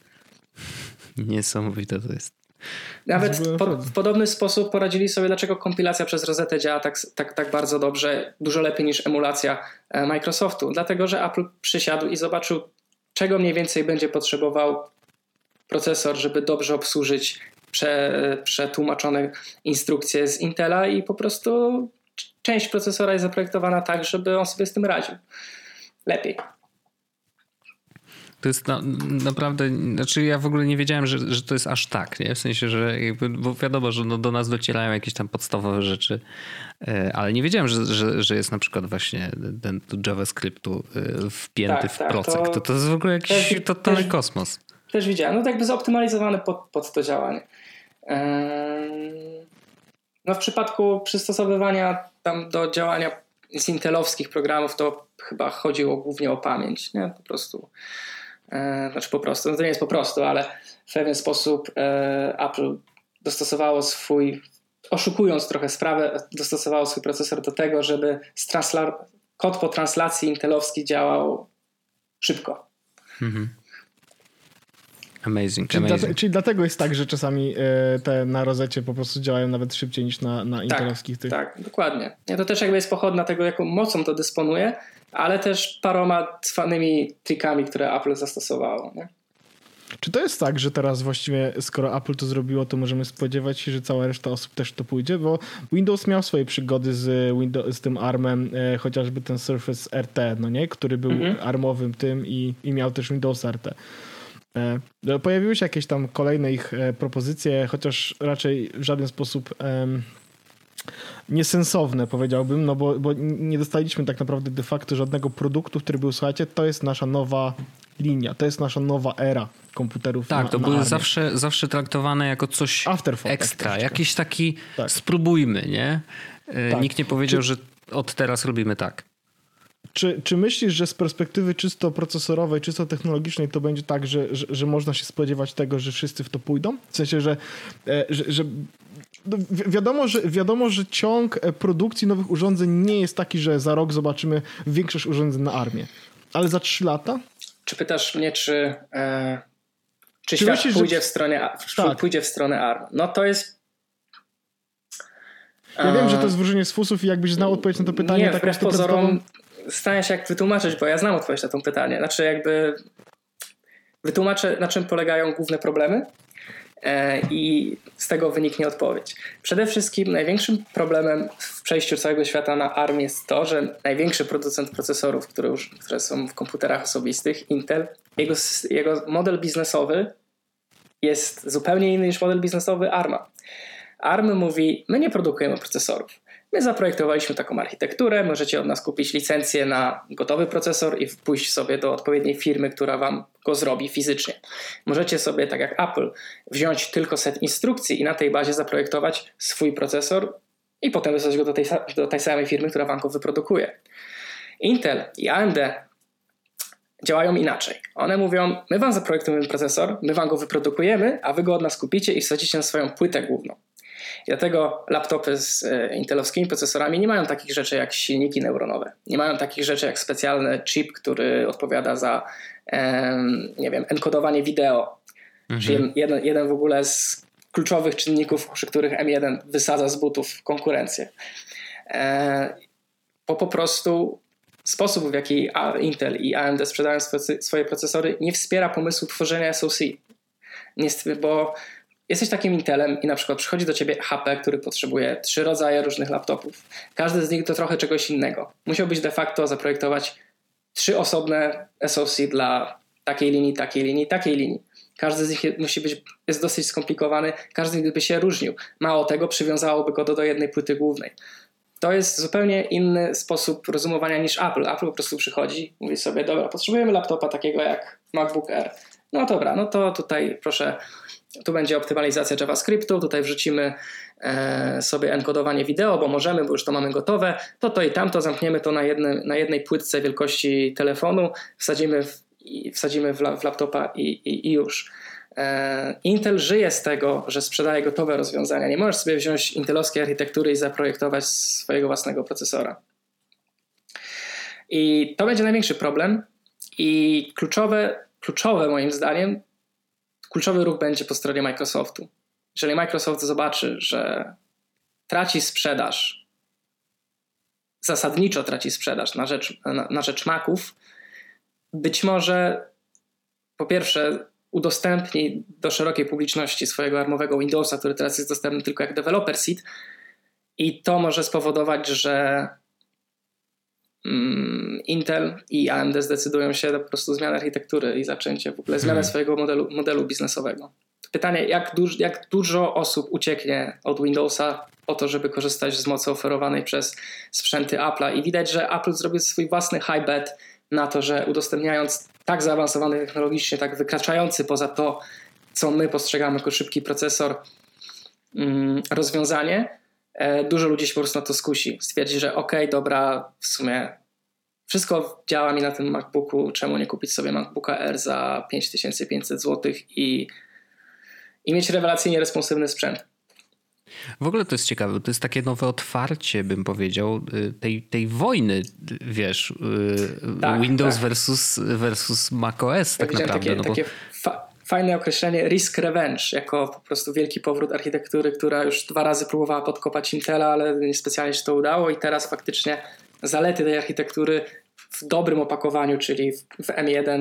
Niesamowite to jest.
Nawet po, w podobny sposób poradzili sobie, dlaczego kompilacja przez Rosetę działa tak, tak, tak bardzo dobrze, dużo lepiej niż emulacja Microsoftu. Dlatego, że Apple przysiadł i zobaczył, czego mniej więcej będzie potrzebował procesor, żeby dobrze obsłużyć prze, przetłumaczone instrukcje z Intela i po prostu część procesora jest zaprojektowana tak, żeby on sobie z tym radził lepiej.
To jest na, naprawdę, znaczy ja w ogóle nie wiedziałem, że, że to jest aż tak, nie? W sensie, że jakby, bo wiadomo, że no do nas docierają jakieś tam podstawowe rzeczy, ale nie wiedziałem, że, że, że jest na przykład właśnie ten JavaScriptu wpięty
tak,
w
tak,
procek. To, to jest w ogóle jakiś też, totalny też, kosmos.
Też widziałem, no tak jakby zoptymalizowany pod, pod to działanie. No w przypadku przystosowywania tam do działania z intelowskich programów to chyba chodziło głównie o pamięć, nie? Po prostu. E, znaczy po prostu, no to nie jest po prostu, ale w pewien sposób e, Apple dostosowało swój, oszukując trochę sprawę, dostosowało swój procesor do tego, żeby transla- kod po translacji intelowski działał szybko. Mhm.
Amazing,
czyli,
amazing.
Dla, czyli dlatego jest tak, że czasami y, te na rozecie po prostu działają nawet szybciej niż na, na intelowskich tych.
Tak, dokładnie. Ja to też jakby jest pochodna tego, jaką mocą to dysponuje, ale też paroma cwanymi trikami, które Apple zastosowało. Nie?
Czy to jest tak, że teraz właściwie skoro Apple to zrobiło, to możemy spodziewać się, że cała reszta osób też to pójdzie? Bo Windows miał swoje przygody z, Windows, z tym ARMem, e, chociażby ten Surface R T, no nie? Który był mhm. armowym tym i, i miał też Windows R T. E, pojawiły się jakieś tam kolejne ich e, propozycje, chociaż raczej w żaden sposób e, niesensowne, powiedziałbym, no bo, bo nie dostaliśmy tak naprawdę de facto żadnego produktu, który był, słuchajcie, to jest nasza nowa linia, to jest nasza nowa era komputerów.
Tak,
na,
to
na
były
armię.
zawsze, zawsze traktowane jako coś
Afterthought,
ekstra,
tak,
jakiś taki
tak.
spróbujmy, nie?
Tak.
Nikt nie powiedział,
Czy...
że od teraz robimy tak.
Czy, czy myślisz, że z perspektywy czysto procesorowej, czysto technologicznej to będzie tak, że, że, że można się spodziewać tego, że wszyscy w to pójdą? W sensie, że, że, że no wi- wiadomo, że wiadomo, że ciąg produkcji nowych urządzeń nie jest taki, że za rok zobaczymy większość urządzeń na armię. Ale za trzy lata?
Czy pytasz mnie, czy, e, czy,
Czy
świat
myślisz,
pójdzie,
że...
w stronę,
tak.
pójdzie w stronę A R M? No to jest...
Ja wiem, że to jest wróżenie z fusów i jakbyś znał odpowiedź na to pytanie.
Nie,
taką
wbrew pozorom
stuprocentową...
staram się jak wytłumaczyć, bo ja znam odpowiedź na to pytanie. Znaczy jakby wytłumaczę, na czym polegają główne problemy e, i z tego wyniknie odpowiedź. Przede wszystkim największym problemem w przejściu całego świata na A R M jest to, że największy producent procesorów, które, już, które są w komputerach osobistych, Intel, jego, jego model biznesowy jest zupełnie inny niż model biznesowy ARMa. ARM mówi, my nie produkujemy procesorów. My zaprojektowaliśmy taką architekturę, możecie od nas kupić licencję na gotowy procesor i pójść sobie do odpowiedniej firmy, która wam go zrobi fizycznie. Możecie sobie, tak jak Apple, wziąć tylko set instrukcji i na tej bazie zaprojektować swój procesor i potem wysłać go do tej, do tej samej firmy, która wam go wyprodukuje. Intel i A M D działają inaczej. One mówią, my wam zaprojektujemy procesor, my wam go wyprodukujemy, a wy go od nas kupicie i wsadzicie na swoją płytę główną. I dlatego laptopy z e, intelowskimi procesorami nie mają takich rzeczy jak silniki neuronowe. Nie mają takich rzeczy jak specjalny chip, który odpowiada za e, nie wiem, enkodowanie wideo. Mhm. Czyli jeden, jeden w ogóle z kluczowych czynników, przy których M jeden wysadza z butów konkurencję. E, bo po prostu sposób, w jaki Intel i A M D sprzedają swoje procesory, nie wspiera pomysłu tworzenia S O C. Nie, bo jesteś takim Intelem i na przykład przychodzi do ciebie H P, który potrzebuje trzy rodzaje różnych laptopów. Każdy z nich to trochę czegoś innego. Musiałbyś de facto zaprojektować trzy osobne S O C dla takiej linii, takiej linii, takiej linii. Każdy z nich musi być, jest dosyć skomplikowany, każdy z nich by się różnił. Mało tego, przywiązałoby go do, do jednej płyty głównej. To jest zupełnie inny sposób rozumowania niż Apple. Apple po prostu przychodzi, mówi sobie, dobra, potrzebujemy laptopa takiego jak MacBook Air. No dobra, no to tutaj proszę, tu będzie optymalizacja JavaScriptu, tutaj wrzucimy e, sobie enkodowanie wideo, bo możemy, bo już to mamy gotowe, to to i tamto, zamkniemy to na, jedne, na jednej płytce wielkości telefonu, wsadzimy w, i, wsadzimy w, la, w laptopa i, i, i już. E, Intel żyje z tego, że sprzedaje gotowe rozwiązania. Nie możesz sobie wziąć intelowskiej architektury i zaprojektować swojego własnego procesora. I to będzie największy problem i kluczowe, kluczowe moim zdaniem kluczowy ruch będzie po stronie Microsoftu. Jeżeli Microsoft zobaczy, że traci sprzedaż, zasadniczo traci sprzedaż na rzecz, na, na rzecz Maców, być może po pierwsze udostępni do szerokiej publiczności swojego armowego Windowsa, który teraz jest dostępny tylko jak developer seed i to może spowodować, że mm, Intel i A M D zdecydują się po prostu zmianę architektury i zaczęcie w ogóle zmianę hmm. swojego modelu, modelu biznesowego. Pytanie, jak, duż, jak dużo osób ucieknie od Windowsa po to, żeby korzystać z mocy oferowanej przez sprzęty Apple'a i widać, że Apple zrobił swój własny high bet na to, że udostępniając tak zaawansowany technologicznie, tak wykraczający poza to, co my postrzegamy jako szybki procesor mm, rozwiązanie, e, dużo ludzi się po prostu na to skusi. Stwierdzi, że okej, okay, dobra, w sumie wszystko działa mi na tym MacBooku, czemu nie kupić sobie MacBooka Air za pięć tysięcy pięćset złotych i, i mieć rewelacyjnie responsywny sprzęt.
W ogóle to jest ciekawe, to jest takie nowe otwarcie, bym powiedział, tej, tej wojny, wiesz, tak, Windows tak. versus, versus macOS tak
ja
naprawdę.
Takie,
no bo...
takie fa- fajne określenie risk revenge, jako po prostu wielki powrót architektury, która już dwa razy próbowała podkopać Intela, ale niespecjalnie się to udało i teraz faktycznie zalety tej architektury w dobrym opakowaniu, czyli w, w M jeden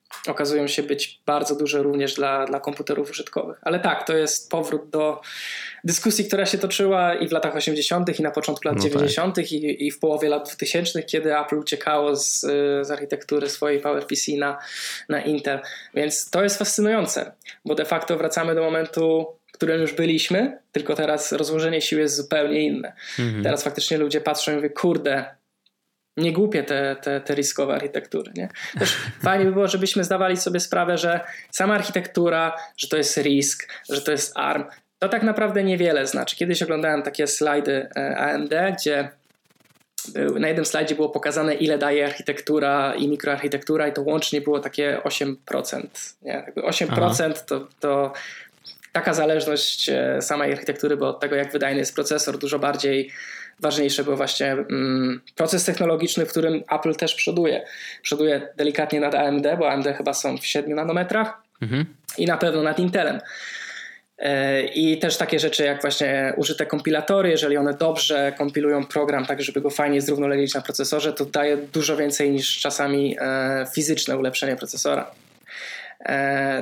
okazują się być bardzo duże również dla, dla komputerów użytkowych. Ale tak, to jest powrót do dyskusji, która się toczyła i w latach osiemdziesiątych i na początku lat no dziewięćdziesiątych tak. i, i w połowie lat dwutysięcznych, kiedy Apple uciekało z, z architektury swojej PowerPC na, na Intel. Więc to jest fascynujące, bo de facto wracamy do momentu, w którym już byliśmy, tylko teraz rozłożenie sił jest zupełnie inne. Mhm. Teraz faktycznie ludzie patrzą i mówią, kurde, nie głupie te, te, te riskowe architektury. Nie? Też fajnie by było, żebyśmy zdawali sobie sprawę, że sama architektura, że to jest risk, że to jest A R M, to tak naprawdę niewiele znaczy. Kiedyś oglądałem takie slajdy A M D, gdzie na jednym slajdzie było pokazane, ile daje architektura i mikroarchitektura i to łącznie było takie osiem procent. Nie? osiem procent to, to taka zależność samej architektury, bo od tego, jak wydajny jest procesor, dużo bardziej ważniejszy był właśnie mm, proces technologiczny, w którym Apple też przoduje. Przoduje delikatnie nad A M D, bo A M D chyba są w siedmiu nanometrach mhm. i na pewno nad Intelem. Yy, I też takie rzeczy jak właśnie użyte kompilatory, jeżeli one dobrze kompilują program tak, żeby go fajnie zrównoleglić na procesorze, to daje dużo więcej niż czasami yy, fizyczne ulepszenie procesora. Yy,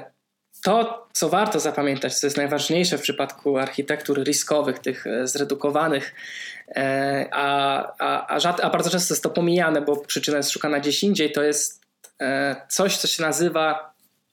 To, co warto zapamiętać, co jest najważniejsze w przypadku architektur riskowych, tych zredukowanych, a, a, a, rzad, a bardzo często jest to pomijane, bo przyczyna jest szukana gdzieś indziej, to jest coś, co się nazywa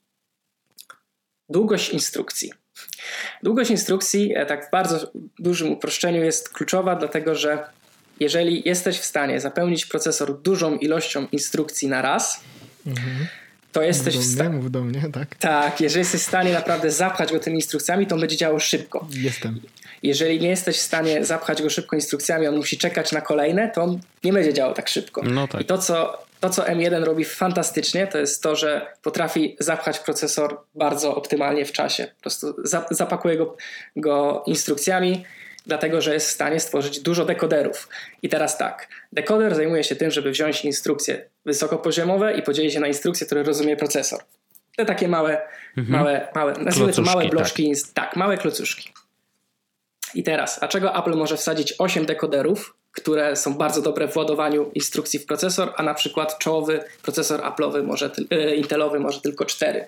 długość instrukcji. Długość instrukcji, tak w bardzo dużym uproszczeniu, jest kluczowa, dlatego że jeżeli jesteś w stanie zapełnić procesor dużą ilością instrukcji na raz, mhm. to jesteś
mów
w stanie.
Mów do mnie, tak.
Tak, jeżeli jesteś w stanie naprawdę zapchać go tymi instrukcjami, to on będzie działał szybko.
Jestem.
Jeżeli nie jesteś w stanie zapchać go szybko instrukcjami, on musi czekać na kolejne, to on nie będzie działał tak szybko.
No tak.
I to co, to, co M jeden robi fantastycznie, to jest to, że potrafi zapchać procesor bardzo optymalnie w czasie. Po prostu zapakuje go, go instrukcjami, dlatego że jest w stanie stworzyć dużo dekoderów. I teraz tak, dekoder zajmuje się tym, żeby wziąć instrukcje wysokopoziomowe i podzielić je na instrukcje, które rozumie procesor. Te takie małe, mhm. małe, małe nazwijmy to małe bloczki, tak. tak, małe klocuszki. I teraz, a czego Apple może wsadzić osiem dekoderów, które są bardzo dobre w ładowaniu instrukcji w procesor, a na przykład czołowy procesor Apple'owy, może, yy, Intelowy może tylko cztery.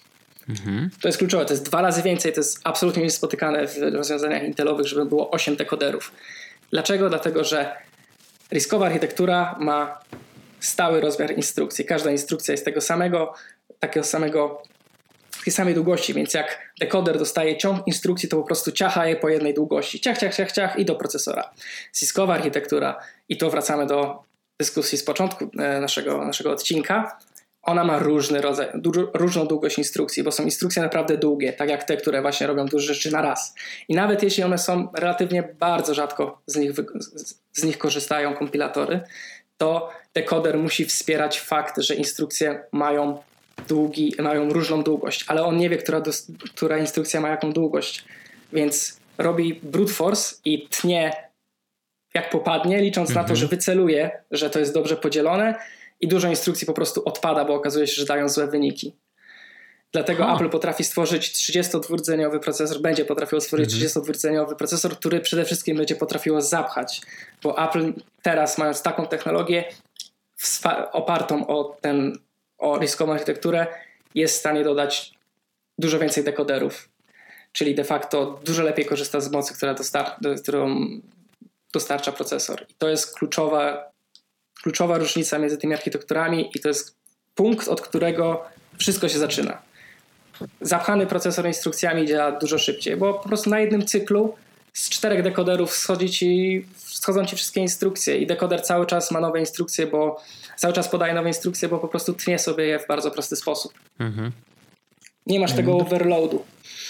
Mhm. To jest kluczowe, to jest dwa razy więcej, to jest absolutnie niespotykane w rozwiązaniach Intelowych, żeby było osiem dekoderów. Dlaczego? Dlatego, że riskowa architektura ma stały rozmiar instrukcji. Każda instrukcja jest tego samego, takiego samego, takiej samej długości, więc jak dekoder dostaje ciąg instrukcji, to po prostu ciacha je po jednej długości. Ciach, ciach, ciach, ciach i do procesora. Riskowa architektura, i tu wracamy do dyskusji z początku naszego, naszego odcinka, ona ma różny rodzaj, du- różną długość instrukcji, bo są instrukcje naprawdę długie, tak jak te, które właśnie robią dużo rzeczy na raz. I nawet jeśli one są relatywnie bardzo rzadko z nich, wy- z nich korzystają kompilatory, to dekoder musi wspierać fakt, że instrukcje mają, długi, mają różną długość, ale on nie wie, która, dos- która instrukcja ma jaką długość, więc robi brute force i tnie jak popadnie, licząc mhm. na to, że wyceluje, że to jest dobrze podzielone, i dużo instrukcji po prostu odpada, bo okazuje się, że dają złe wyniki. Dlatego ha. Apple potrafi stworzyć trzydziestodwurdzeniowy procesor, będzie potrafiło stworzyć mhm. trzydziestodwurdzeniowy procesor, który przede wszystkim będzie potrafiło zapchać, bo Apple teraz, mając taką technologię swa- opartą o, ten, o riskową architekturę, jest w stanie dodać dużo więcej dekoderów, czyli de facto dużo lepiej korzysta z mocy, która dostar- którą dostarcza procesor. I to jest kluczowa Kluczowa różnica między tymi architekturami i to jest punkt, od którego wszystko się zaczyna. Zapchany procesor instrukcjami działa dużo szybciej, bo po prostu na jednym cyklu z czterech dekoderów schodzi ci, schodzą ci wszystkie instrukcje i dekoder cały czas ma nowe instrukcje, bo cały czas podaje nowe instrukcje, bo po prostu tnie sobie je w bardzo prosty sposób. Mhm. Nie masz tego overloadu.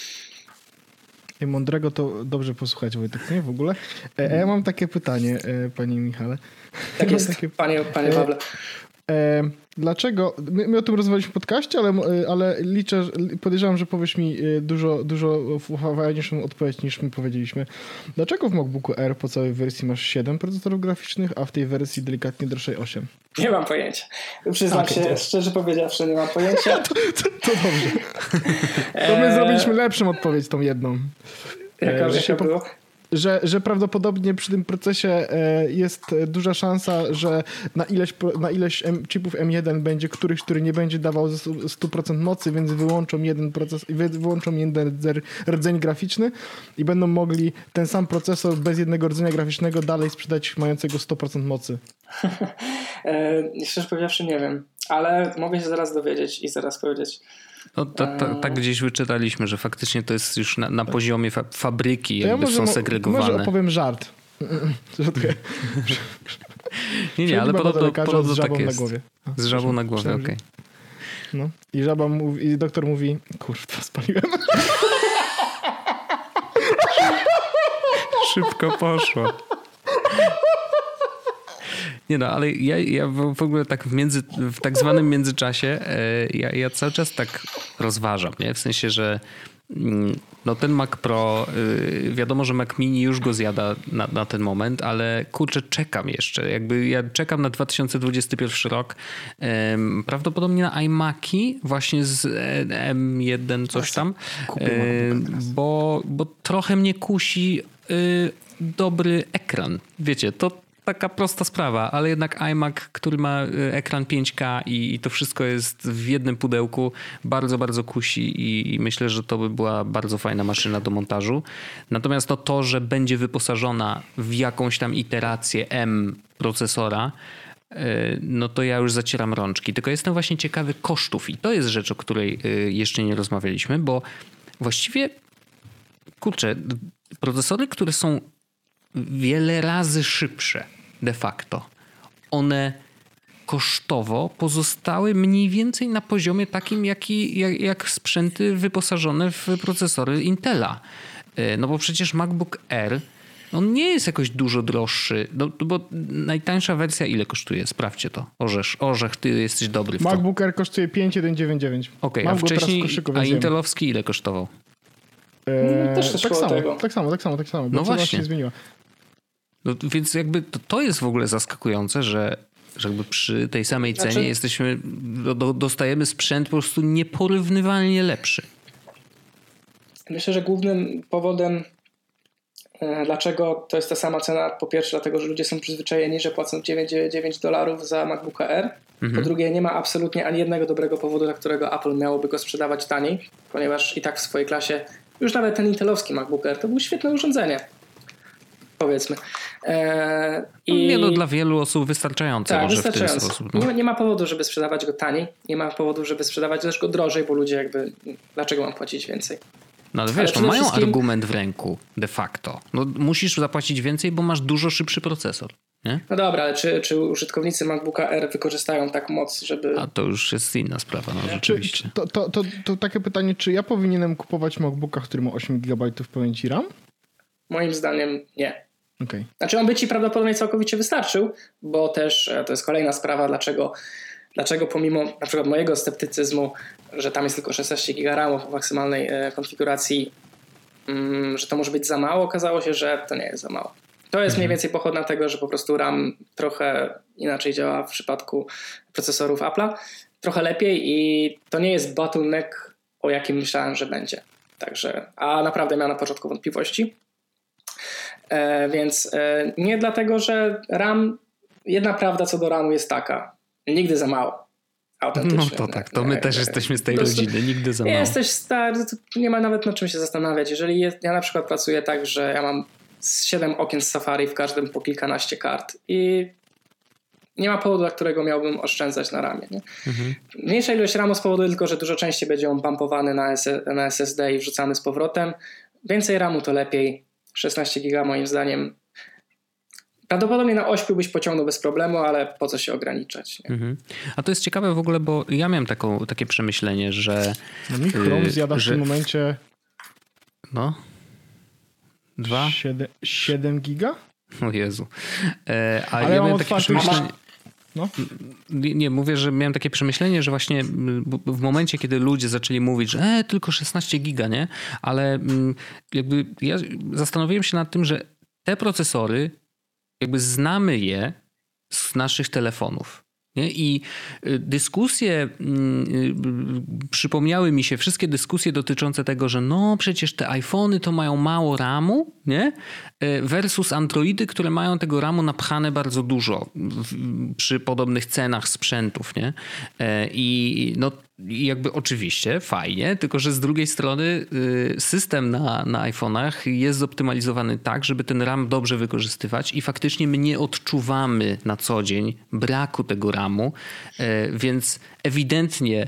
I mądrego to dobrze posłuchać, Wojtek, nie? W ogóle. E, ja mam takie pytanie, e, panie Michale.
Tak jest, takie... panie, panie Pawle.
E, e, dlaczego, my, my o tym rozmawialiśmy w podcaście, ale, ale liczę, podejrzewam, że powiesz mi dużo, dużo fajniejszą odpowiedź niż my powiedzieliśmy. Dlaczego w MacBooku Air po całej wersji masz siedem procesorów graficznych, a w tej wersji delikatnie droższej osiem?
Nie mam pojęcia. Przyznam się, to... szczerze powiedziawszy, nie mam pojęcia.
to, to, to dobrze. To my zrobiliśmy lepszą odpowiedź tą jedną.
Jaka,
e, że się
było?
że, że prawdopodobnie przy tym procesie jest duża szansa, że na ileś, na ileś chipów M jeden będzie któryś, który nie będzie dawał sto procent mocy, więc wyłączą jeden proces, wyłączą jeden rdzeń graficzny i będą mogli ten sam procesor bez jednego rdzenia graficznego dalej sprzedać mającego sto procent mocy.
Szczerze powiedziawszy nie wiem, ale mogę się zaraz dowiedzieć i zaraz powiedzieć.
No, to, to, tak gdzieś wyczytaliśmy, że faktycznie to jest już na, na poziomie fa- fabryki, jakby
ja może,
są segregowane.
Może opowiem żart.
nie, nie, ale podobno, podobno
z żabą
tak
na
jest.
głowie. A,
z żabą na głowie, okej. Okay.
No i żaba mówi, i doktor mówi, kurwa, spaliłem.
Szybko poszło. Nie no, ale ja, ja w ogóle tak w, między, w tak zwanym międzyczasie ja, ja cały czas tak rozważam, nie? W sensie, że no ten Mac Pro, wiadomo, że Mac Mini już go zjada na, na ten moment, ale kurczę, czekam jeszcze. Jakby ja czekam na dwa tysiące dwudziesty pierwszy rok. Prawdopodobnie na iMaki właśnie z M jeden coś tam, bo, bo trochę mnie kusi dobry ekran. Wiecie, to taka prosta sprawa, ale jednak iMac, który ma ekran pięć K i, i to wszystko jest w jednym pudełku, bardzo, bardzo kusi i, i myślę, że to by była bardzo fajna maszyna do montażu. Natomiast to, to, że będzie wyposażona w jakąś tam iterację M procesora, no to ja już zacieram rączki. Tylko jestem właśnie ciekawy kosztów i to jest rzecz, o której jeszcze nie rozmawialiśmy, bo właściwie, kurczę, procesory, które są wiele razy szybsze de facto, one kosztowo pozostały mniej więcej na poziomie takim, jaki, jak, jak sprzęty wyposażone w procesory Intela. No bo przecież MacBook Air, on nie jest jakoś dużo droższy, no, bo najtańsza wersja ile kosztuje? Sprawdźcie to. Orzesz, Orzech, ty jesteś dobry w to.
MacBook Air kosztuje pięć tysięcy dziewięćset dziewięćdziesiąt dziewięć.
Okej, okay, a wcześniej, koszyku, a intelowski ile kosztował?
Eee, Też tak, samo, tego. tak samo, tak samo, tak samo. Bo
no właśnie.
Się zmieniła.
No, więc jakby to, to jest w ogóle zaskakujące, że, że jakby przy tej samej cenie znaczy... jesteśmy, do, dostajemy sprzęt po prostu nieporównywalnie lepszy.
Myślę, że głównym powodem, dlaczego to jest ta sama cena, po pierwsze dlatego, że ludzie są przyzwyczajeni, że płacą dziewięćdziesiąt dziewięć dolarów za MacBooka Air. Mhm. Po drugie, nie ma absolutnie ani jednego dobrego powodu, dla którego Apple miałoby go sprzedawać taniej, ponieważ i tak w swojej klasie już nawet ten intelowski MacBook Air to było świetne urządzenie. Powiedzmy. Eee, i...
Nie no, dla wielu osób wystarczające
tak,
może
wystarczające.
w ten sposób. No.
Nie, nie ma powodu, żeby sprzedawać go taniej. Nie ma powodu, żeby sprzedawać też go drożej, bo ludzie jakby, dlaczego mam płacić więcej?
No ale wiesz, ale no mają wszystkim... argument w ręku de facto. No, musisz zapłacić więcej, bo masz dużo szybszy procesor. Nie?
No dobra, ale czy, czy użytkownicy MacBooka Air wykorzystają tak moc, żeby...
A to już jest inna sprawa, no rzeczywiście.
Czy, to, to, to, to takie pytanie, czy ja powinienem kupować MacBooka, który ma osiem gigabajtów pamięci RAM?
Moim zdaniem nie.
Okay.
Znaczy on by ci prawdopodobnie całkowicie wystarczył, bo też to jest kolejna sprawa, dlaczego, dlaczego pomimo na przykład mojego sceptycyzmu, że tam jest tylko szesnaście giga ramu w maksymalnej e, konfiguracji, mm, że to może być za mało, okazało się, że to nie jest za mało. To jest mniej więcej pochodna tego, że po prostu RAM trochę inaczej działa w przypadku procesorów Apple'a, trochę lepiej i to nie jest bottleneck, o jakim myślałem, że będzie. Także, a naprawdę miałem na początku wątpliwości. E, więc e, nie dlatego, że RAM, jedna prawda co do ramu jest taka, nigdy za mało. Autentycznie.
No to tak, to my nie, też nie, jesteśmy z tej rodziny, nigdy za mało.
Jesteś stary, to nie ma nawet nad czym się zastanawiać. Jeżeli jest, ja na przykład pracuję tak, że ja mam siedem okien z Safari, w każdym po kilkanaście kart i nie ma powodu, dla którego miałbym oszczędzać na ramie. Nie? Mhm. Mniejsza ilość ramu spowoduje tylko, że dużo częściej będzie on bumpowany na, na S S D i wrzucany z powrotem. Więcej ramu to lepiej. szesnaście giga moim zdaniem. Prawdopodobnie na ośmiu byś pociągnął bez problemu, ale po co się ograniczać? Nie? Mhm.
A to jest ciekawe w ogóle, bo ja miałem taką, takie przemyślenie, że...
No mi Chrome zjada że... w tym momencie...
No? Dwa?
siedem giga?
O Jezu. E, a
ale
ja
ja
miałem takie przemyślenie...
No.
Nie, nie, mówię, że miałem takie przemyślenie, że właśnie w momencie, kiedy ludzie zaczęli mówić, że e, tylko szesnaście giga, nie? Ale jakby ja zastanowiłem się nad tym, że te procesory jakby znamy je z naszych telefonów. Nie? I dyskusje, przypomniały mi się wszystkie dyskusje dotyczące tego, że no przecież te iPhony to mają mało ramu, nie? Versus Androidy, które mają tego ramu napchane bardzo dużo przy podobnych cenach sprzętów. Nie? I no I jakby oczywiście fajnie, tylko że z drugiej strony system na, na iPhone'ach jest zoptymalizowany tak, żeby ten RAM dobrze wykorzystywać i faktycznie my nie odczuwamy na co dzień braku tego ramu, więc ewidentnie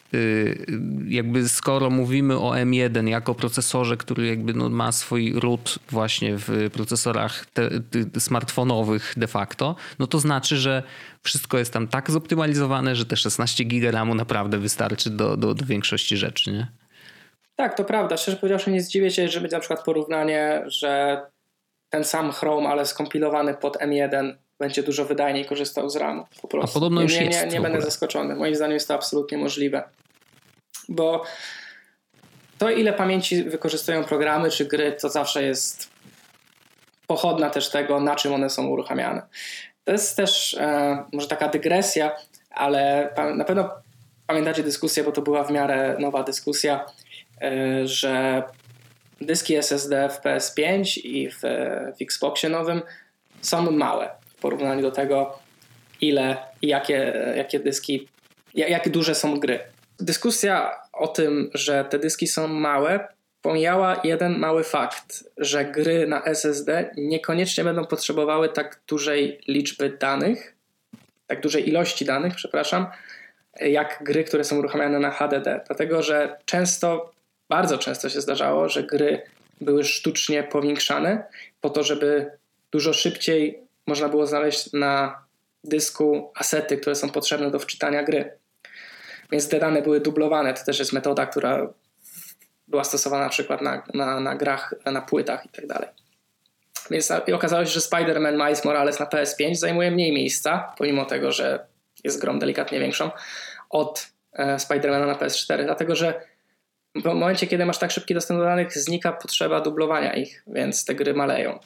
jakby skoro mówimy o M jeden jako procesorze, który jakby no ma swój root właśnie w procesorach te, te smartfonowych de facto, no to znaczy, że wszystko jest tam tak zoptymalizowane, że te szesnaście giga ramu naprawdę wystarczy do, do, do większości rzeczy, nie?
Tak, to prawda. Szczerze powiedziawszy, nie zdziwię się, że będzie na przykład porównanie, że ten sam Chrome, ale skompilowany pod M jeden będzie dużo wydajniej korzystał z ramu. Po prostu.
A podobno już
nie,
jest.
Nie, nie będę zaskoczony. Moim zdaniem jest to absolutnie możliwe. Bo to, ile pamięci wykorzystują programy czy gry, to zawsze jest pochodna też tego, na czym one są uruchamiane. To jest też e, może taka dygresja, ale na pewno pamiętacie dyskusję, bo to była w miarę nowa dyskusja, e, że dyski S S D w P S pięć i w, w Xboxie nowym są małe w porównaniu do tego, ile i jakie, jakie dyski, jak duże są gry. Dyskusja o tym, że te dyski są małe, pomijała jeden mały fakt, że gry na S S D niekoniecznie będą potrzebowały tak dużej liczby danych, tak dużej ilości danych, przepraszam, jak gry, które są uruchamiane na H D D. Dlatego, że często, bardzo często się zdarzało, że gry były sztucznie powiększane po to, żeby dużo szybciej można było znaleźć na dysku asety, które są potrzebne do wczytania gry. Więc te dane były dublowane. To też jest metoda, która była stosowana na przykład na, na, na grach, na płytach i tak dalej. Więc i okazało się, że Spider-Man Miles Morales na P S pięć zajmuje mniej miejsca, pomimo tego, że jest grą delikatnie większą, od e, Spider-Mana na P S cztery. Dlatego, że w momencie, kiedy masz tak szybki dostęp do danych, znika potrzeba dublowania ich, więc te gry maleją.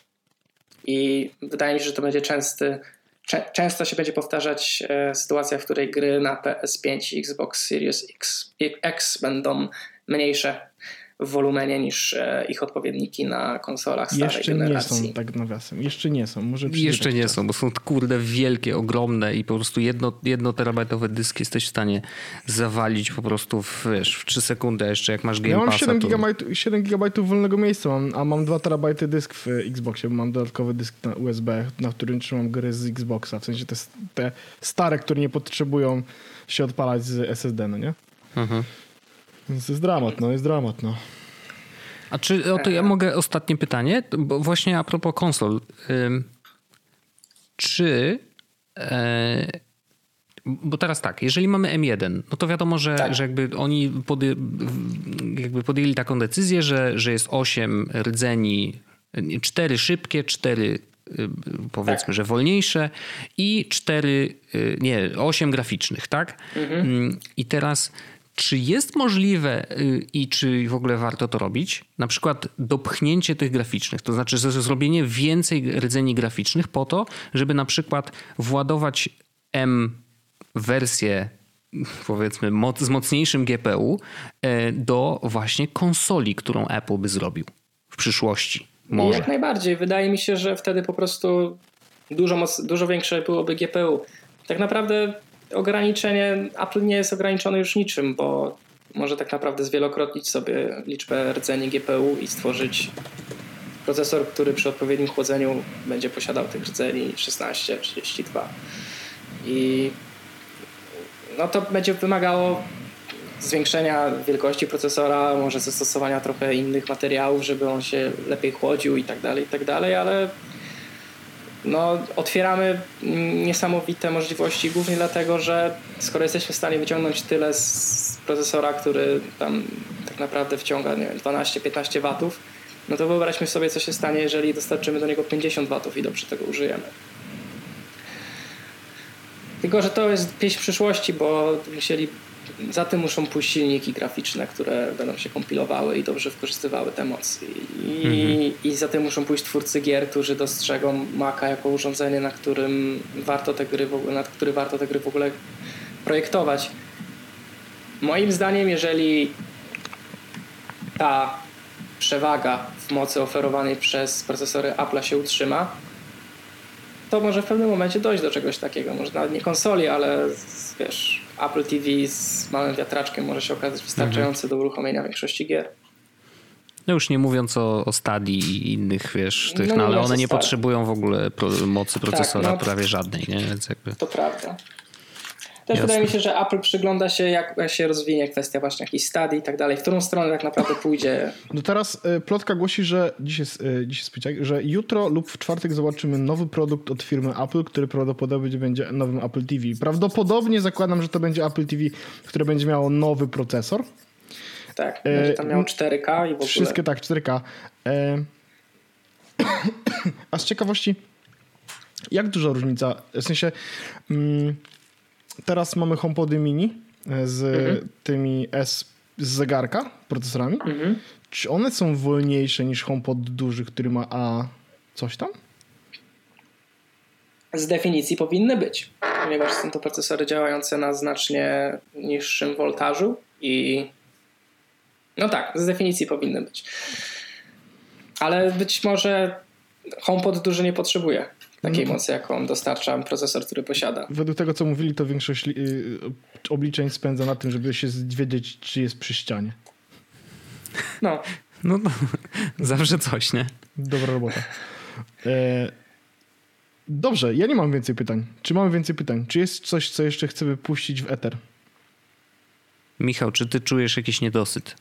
I wydaje mi się, że to będzie częsty Często się będzie powtarzać e, sytuacja, w której gry na P S pięć i Xbox Series X, X będą mniejsze w wolumenie niż e, ich odpowiedniki na konsolach starej
Jeszcze
generacji.
Jeszcze nie są, tak nawiasem. Jeszcze nie są. Może
Jeszcze nie
czas.
są, bo są kurde wielkie, ogromne i po prostu jedno, jedno terabajtowe dyski jesteś w stanie zawalić po prostu w, wiesz, w trzy sekundy, a jeszcze jak masz Game
Ja mam
Passa,
siedem
to...
gigabajtów, siedem gigabajtów wolnego miejsca, mam, a mam dwa terabajty dysk w Xboxie, bo mam dodatkowy dysk na U S B, na którym trzymam gry z Xboxa. W sensie te, te stare, które nie potrzebują się odpalać z S S D, no nie?
Mhm.
Więc jest dramat, no, jest dramat, no.
A czy, o to ja mogę ostatnie pytanie, bo właśnie a propos konsol. Ym, czy, e, bo teraz tak, jeżeli mamy M jeden, no to wiadomo, że,
tak. że
jakby oni podję, jakby podjęli taką decyzję, że, że jest osiem rdzeni, cztery szybkie, cztery powiedzmy, tak. że wolniejsze i cztery, nie, osiem graficznych, tak? Mhm. I teraz czy jest możliwe i czy w ogóle warto to robić? Na przykład dopchnięcie tych graficznych, to znaczy zrobienie więcej rdzeni graficznych po to, żeby na przykład władować M wersję powiedzmy moc, z mocniejszym G P U do właśnie konsoli, którą Apple by zrobił w przyszłości. Może.
Jak najbardziej. Wydaje mi się, że wtedy po prostu dużo, moc, dużo większe byłoby G P U. Tak naprawdę ograniczenie, Apple nie jest ograniczony już niczym, bo może tak naprawdę zwielokrotnić sobie liczbę rdzeni G P U i stworzyć procesor, który przy odpowiednim chłodzeniu będzie posiadał tych rdzeni szesnaście, trzydzieści dwa. I no to będzie wymagało zwiększenia wielkości procesora, może zastosowania trochę innych materiałów, żeby on się lepiej chłodził i tak dalej, i tak dalej, ale no, otwieramy niesamowite możliwości głównie dlatego, że skoro jesteśmy w stanie wyciągnąć tyle z procesora, który tam tak naprawdę wciąga nie wiem, dwanaście piętnaście watów, no to wyobraźmy sobie, co się stanie, jeżeli dostarczymy do niego pięćdziesiąt watów i dobrze tego użyjemy. Tylko że to jest pieśń przyszłości, bo musieli, za tym muszą pójść silniki graficzne, które będą się kompilowały i dobrze wykorzystywały tę moc. I, mhm. i I za tym muszą pójść twórcy gier, którzy dostrzegą Maca jako urządzenie, na którym warto te gry w ogóle, nad który warto te gry w ogóle projektować. Moim zdaniem, jeżeli ta przewaga w mocy oferowanej przez procesory Apple'a się utrzyma, to może w pewnym momencie dojść do czegoś takiego. Może nawet nie konsoli, ale wiesz, Apple T V z małym wiatraczkiem może się okazać wystarczający mhm. do uruchomienia większości gier.
No już nie mówiąc o, o Stadii i innych, wiesz, tych,
no,
no, ale one nie
stary.
potrzebują w ogóle pro, mocy procesora tak, no, prawie żadnej, nie? Więc jakby...
To prawda. Też
Jasne.
wydaje mi się, że Apple przygląda się, jak się rozwinie kwestia właśnie jakiejś Stadii i tak dalej, w którą stronę tak naprawdę pójdzie.
No teraz y, plotka głosi, że dziś jest, y, dziś jest pieciak, że jutro lub w czwartek zobaczymy nowy produkt od firmy Apple, który prawdopodobnie będzie nowym Apple T V. Prawdopodobnie zakładam, że to będzie Apple T V, które będzie miało nowy procesor.
Tak, będzie tam miał cztery K i w ogóle.
Wszystkie tak, cztery K. E... A z ciekawości, jak duża różnica? W sensie mm, teraz mamy HomePody mini z mhm. tymi S z zegarka, procesorami. Mhm. Czy one są wolniejsze niż HomePod duży, który ma A coś tam?
Z definicji powinny być, ponieważ są to procesory działające na znacznie niższym woltażu i no tak, z definicji powinny być. Ale być może HomePod duży nie potrzebuje takiej no. mocy, jaką dostarcza procesor, który posiada.
Według tego, co mówili, to większość y, obliczeń spędza na tym, żeby się wiedzieć, czy jest przy ścianie.
No.
No, no zawsze coś, nie?
Dobra robota. E, dobrze, ja nie mam więcej pytań. Czy mamy więcej pytań? Czy jest coś, co jeszcze chcemy puścić w eter?
Michał, czy ty czujesz jakiś niedosyt?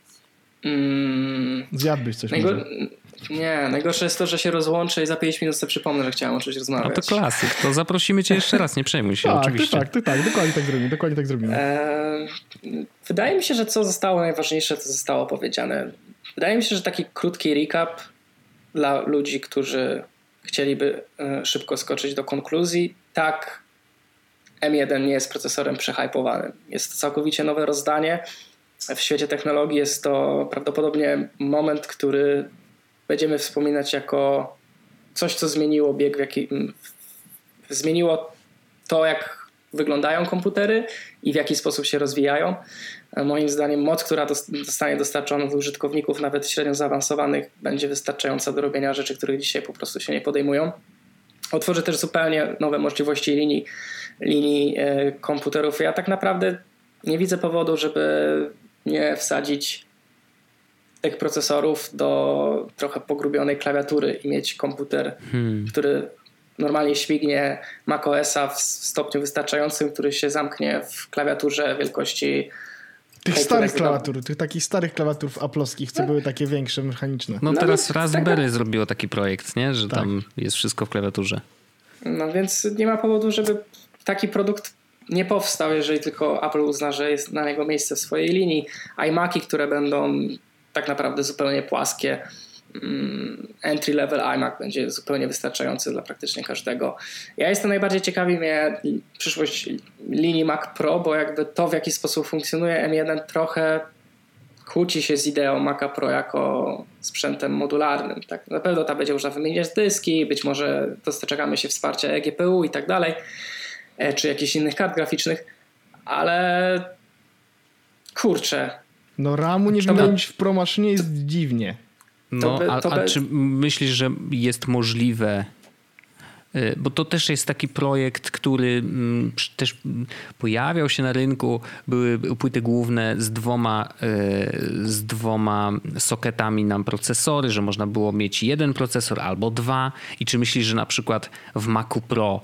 Mm,
Zjadłbyś coś
najgo-
może?
Nie, najgorsze jest to, że się rozłączę i za pięć minut sobie przypomnę, że chciałem o czymś rozmawiać.
A to klasyk, to zaprosimy cię jeszcze raz, nie przejmuj się,
tak,
oczywiście.
Tak, tak, tak, dokładnie tak zrobimy, dokładnie tak zrobimy.
Eee, wydaje mi się, że co zostało najważniejsze, to zostało powiedziane. Wydaje mi się, że taki krótki recap dla ludzi, którzy chcieliby e, szybko skoczyć do konkluzji. Tak, M jeden nie jest procesorem przehypowanym. Jest to całkowicie nowe rozdanie. W świecie technologii jest to prawdopodobnie moment, który będziemy wspominać jako coś, co zmieniło bieg, w jaki, zmieniło to, jak wyglądają komputery i w jaki sposób się rozwijają. Moim zdaniem moc, która zostanie dostarczona do użytkowników nawet średnio zaawansowanych, będzie wystarczająca do robienia rzeczy, których dzisiaj po prostu się nie podejmują. Otworzy też zupełnie nowe możliwości linii, linii komputerów. Ja tak naprawdę nie widzę powodu, żeby nie wsadzić tych procesorów do trochę pogrubionej klawiatury i mieć komputer, hmm. który normalnie śmignie macOSa w stopniu wystarczającym, który się zamknie w klawiaturze wielkości
tych starych klawiatur, tych takich starych klawiatur aplowskich, co no. były takie większe, mechaniczne.
No, no teraz Raspberry taka... zrobiło taki projekt, nie? Że tak. tam jest wszystko w klawiaturze.
No więc nie ma powodu, żeby taki produkt nie powstał, jeżeli tylko Apple uzna, że jest na niego miejsce w swojej linii. iMaki, które będą tak naprawdę zupełnie płaskie. Entry level iMac będzie zupełnie wystarczający dla praktycznie każdego. Ja jestem najbardziej ciekawi mnie przyszłość linii Mac Pro, bo jakby to, w jaki sposób funkcjonuje M jeden, trochę kłóci się z ideą Maca Pro jako sprzętem modularnym. Tak? Na pewno tam będzie można wymieniać dyski, być może dostrzegamy się wsparcia e G P U i tak dalej, czy jakichś innych kart graficznych, ale kurczę.
No ramu nie wymienić w Pro maszynie jest dziwnie.
No, by, a, a by... czy myślisz, że jest możliwe, bo to też jest taki projekt, który też pojawiał się na rynku, były płyty główne z dwoma, z dwoma soketami na procesory, że można było mieć jeden procesor albo dwa i czy myślisz, że na przykład w Macu Pro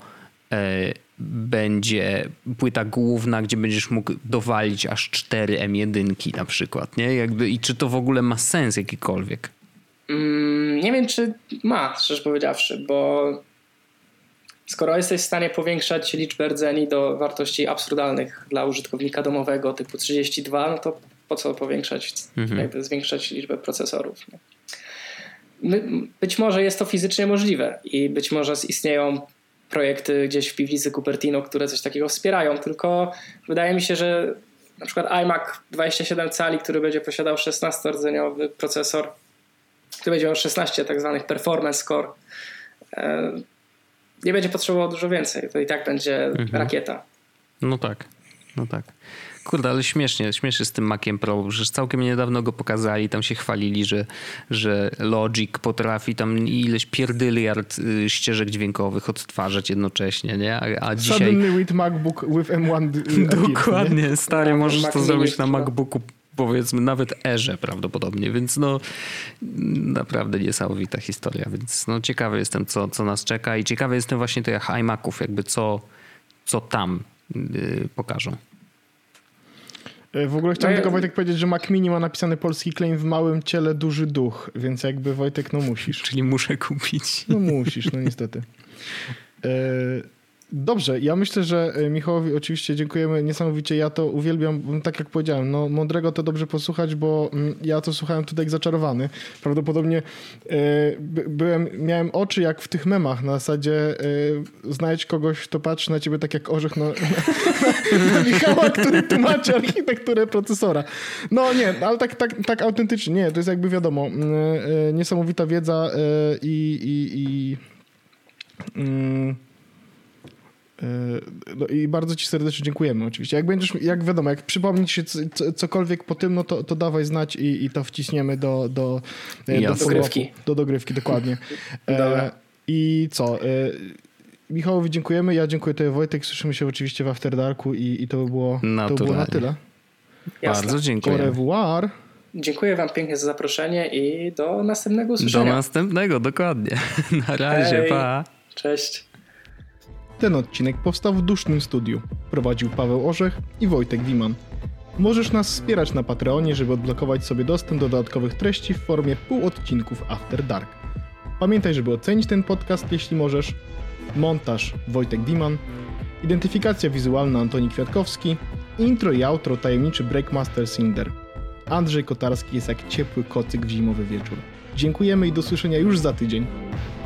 będzie płyta główna, gdzie będziesz mógł dowalić aż cztery M jeden na przykład, nie? Jakby, i czy to w ogóle ma sens jakikolwiek?
Mm, nie wiem, czy ma, szczerze powiedziawszy, bo skoro jesteś w stanie powiększać liczbę rdzeni do wartości absurdalnych dla użytkownika domowego typu trzydzieści dwa, no to po co powiększać, mhm. jakby zwiększać liczbę procesorów? Nie? My, być może jest to fizycznie możliwe i być może istnieją projekty gdzieś w piwnicy Cupertino, które coś takiego wspierają, tylko wydaje mi się, że na przykład iMac dwadzieścia siedem cali, który będzie posiadał szesnastordzeniowy procesor, który będzie miał szesnaście tak zwanych performance score, nie będzie potrzebował dużo więcej. To i tak będzie mhm. rakieta.
No tak, no tak. Kurde, ale śmiesznie, śmiesznie z tym Maciem Pro, przecież całkiem niedawno go pokazali, tam się chwalili, że, że Logic potrafi tam ileś pierdyliard ścieżek dźwiękowych odtwarzać jednocześnie, nie? A, a dzisiaj...
Suddenly with MacBook with M jeden
Dokładnie, appears, stary,
no,
możesz
Mac
to zrobić na
Mini,
MacBooku, powiedzmy nawet Airze prawdopodobnie, więc no naprawdę niesamowita historia, więc no ciekawy jestem, co, co nas czeka i ciekawy jestem właśnie tych iMaców, jakby co, co tam yy, pokażą.
W ogóle chciałem no tylko, ja... Wojtek, powiedzieć, że Mac Mini ma napisany polski claim: w małym ciele duży duch, więc jakby, Wojtek, no musisz.
Czyli muszę kupić.
No musisz, no niestety. E... Dobrze, ja myślę, że Michałowi oczywiście dziękujemy niesamowicie. Ja to uwielbiam, tak jak powiedziałem, no mądrego to dobrze posłuchać, bo ja to słuchałem tutaj jak zaczarowany. Prawdopodobnie e, byłem, miałem oczy jak w tych memach, na zasadzie e, znajdź kogoś, kto patrzy na ciebie tak jak orzech na, na, na, na Michała, który tłumaczy architekturę procesora. No nie, ale tak, tak, tak autentycznie, nie, to jest jakby wiadomo, e, niesamowita wiedza e, i... i, i mm, No i bardzo ci serdecznie dziękujemy oczywiście. Jak będziesz, jak wiadomo, jak przypomnieć się c- cokolwiek po tym, no to, to dawaj znać i, i to wciśniemy do, do,
do dogrywki.
Do dogrywki, dokładnie. E, I co? E, Michałowi dziękujemy, ja dziękuję tobie, Wojtek, słyszymy się oczywiście w After Darku i, i to by było, to by było na tyle.
Jasne. Bardzo dziękuję.
Au revoir.
Dziękuję wam pięknie za zaproszenie i do następnego usłyszenia.
Do następnego, dokładnie. Na razie, Hej. Pa.
Cześć.
Ten odcinek powstał w dusznym studiu. Prowadził Paweł Orzech i Wojtek Wiman. Możesz nas wspierać na Patreonie, żeby odblokować sobie dostęp do dodatkowych treści w formie półodcinków After Dark. Pamiętaj, żeby ocenić ten podcast, jeśli możesz. Montaż Wojtek Wiman, identyfikacja wizualna Antoni Kwiatkowski, intro i outro tajemniczy Breakmaster Cinder. Andrzej Kotarski jest jak ciepły kocyk w zimowy wieczór. Dziękujemy i do usłyszenia już za tydzień.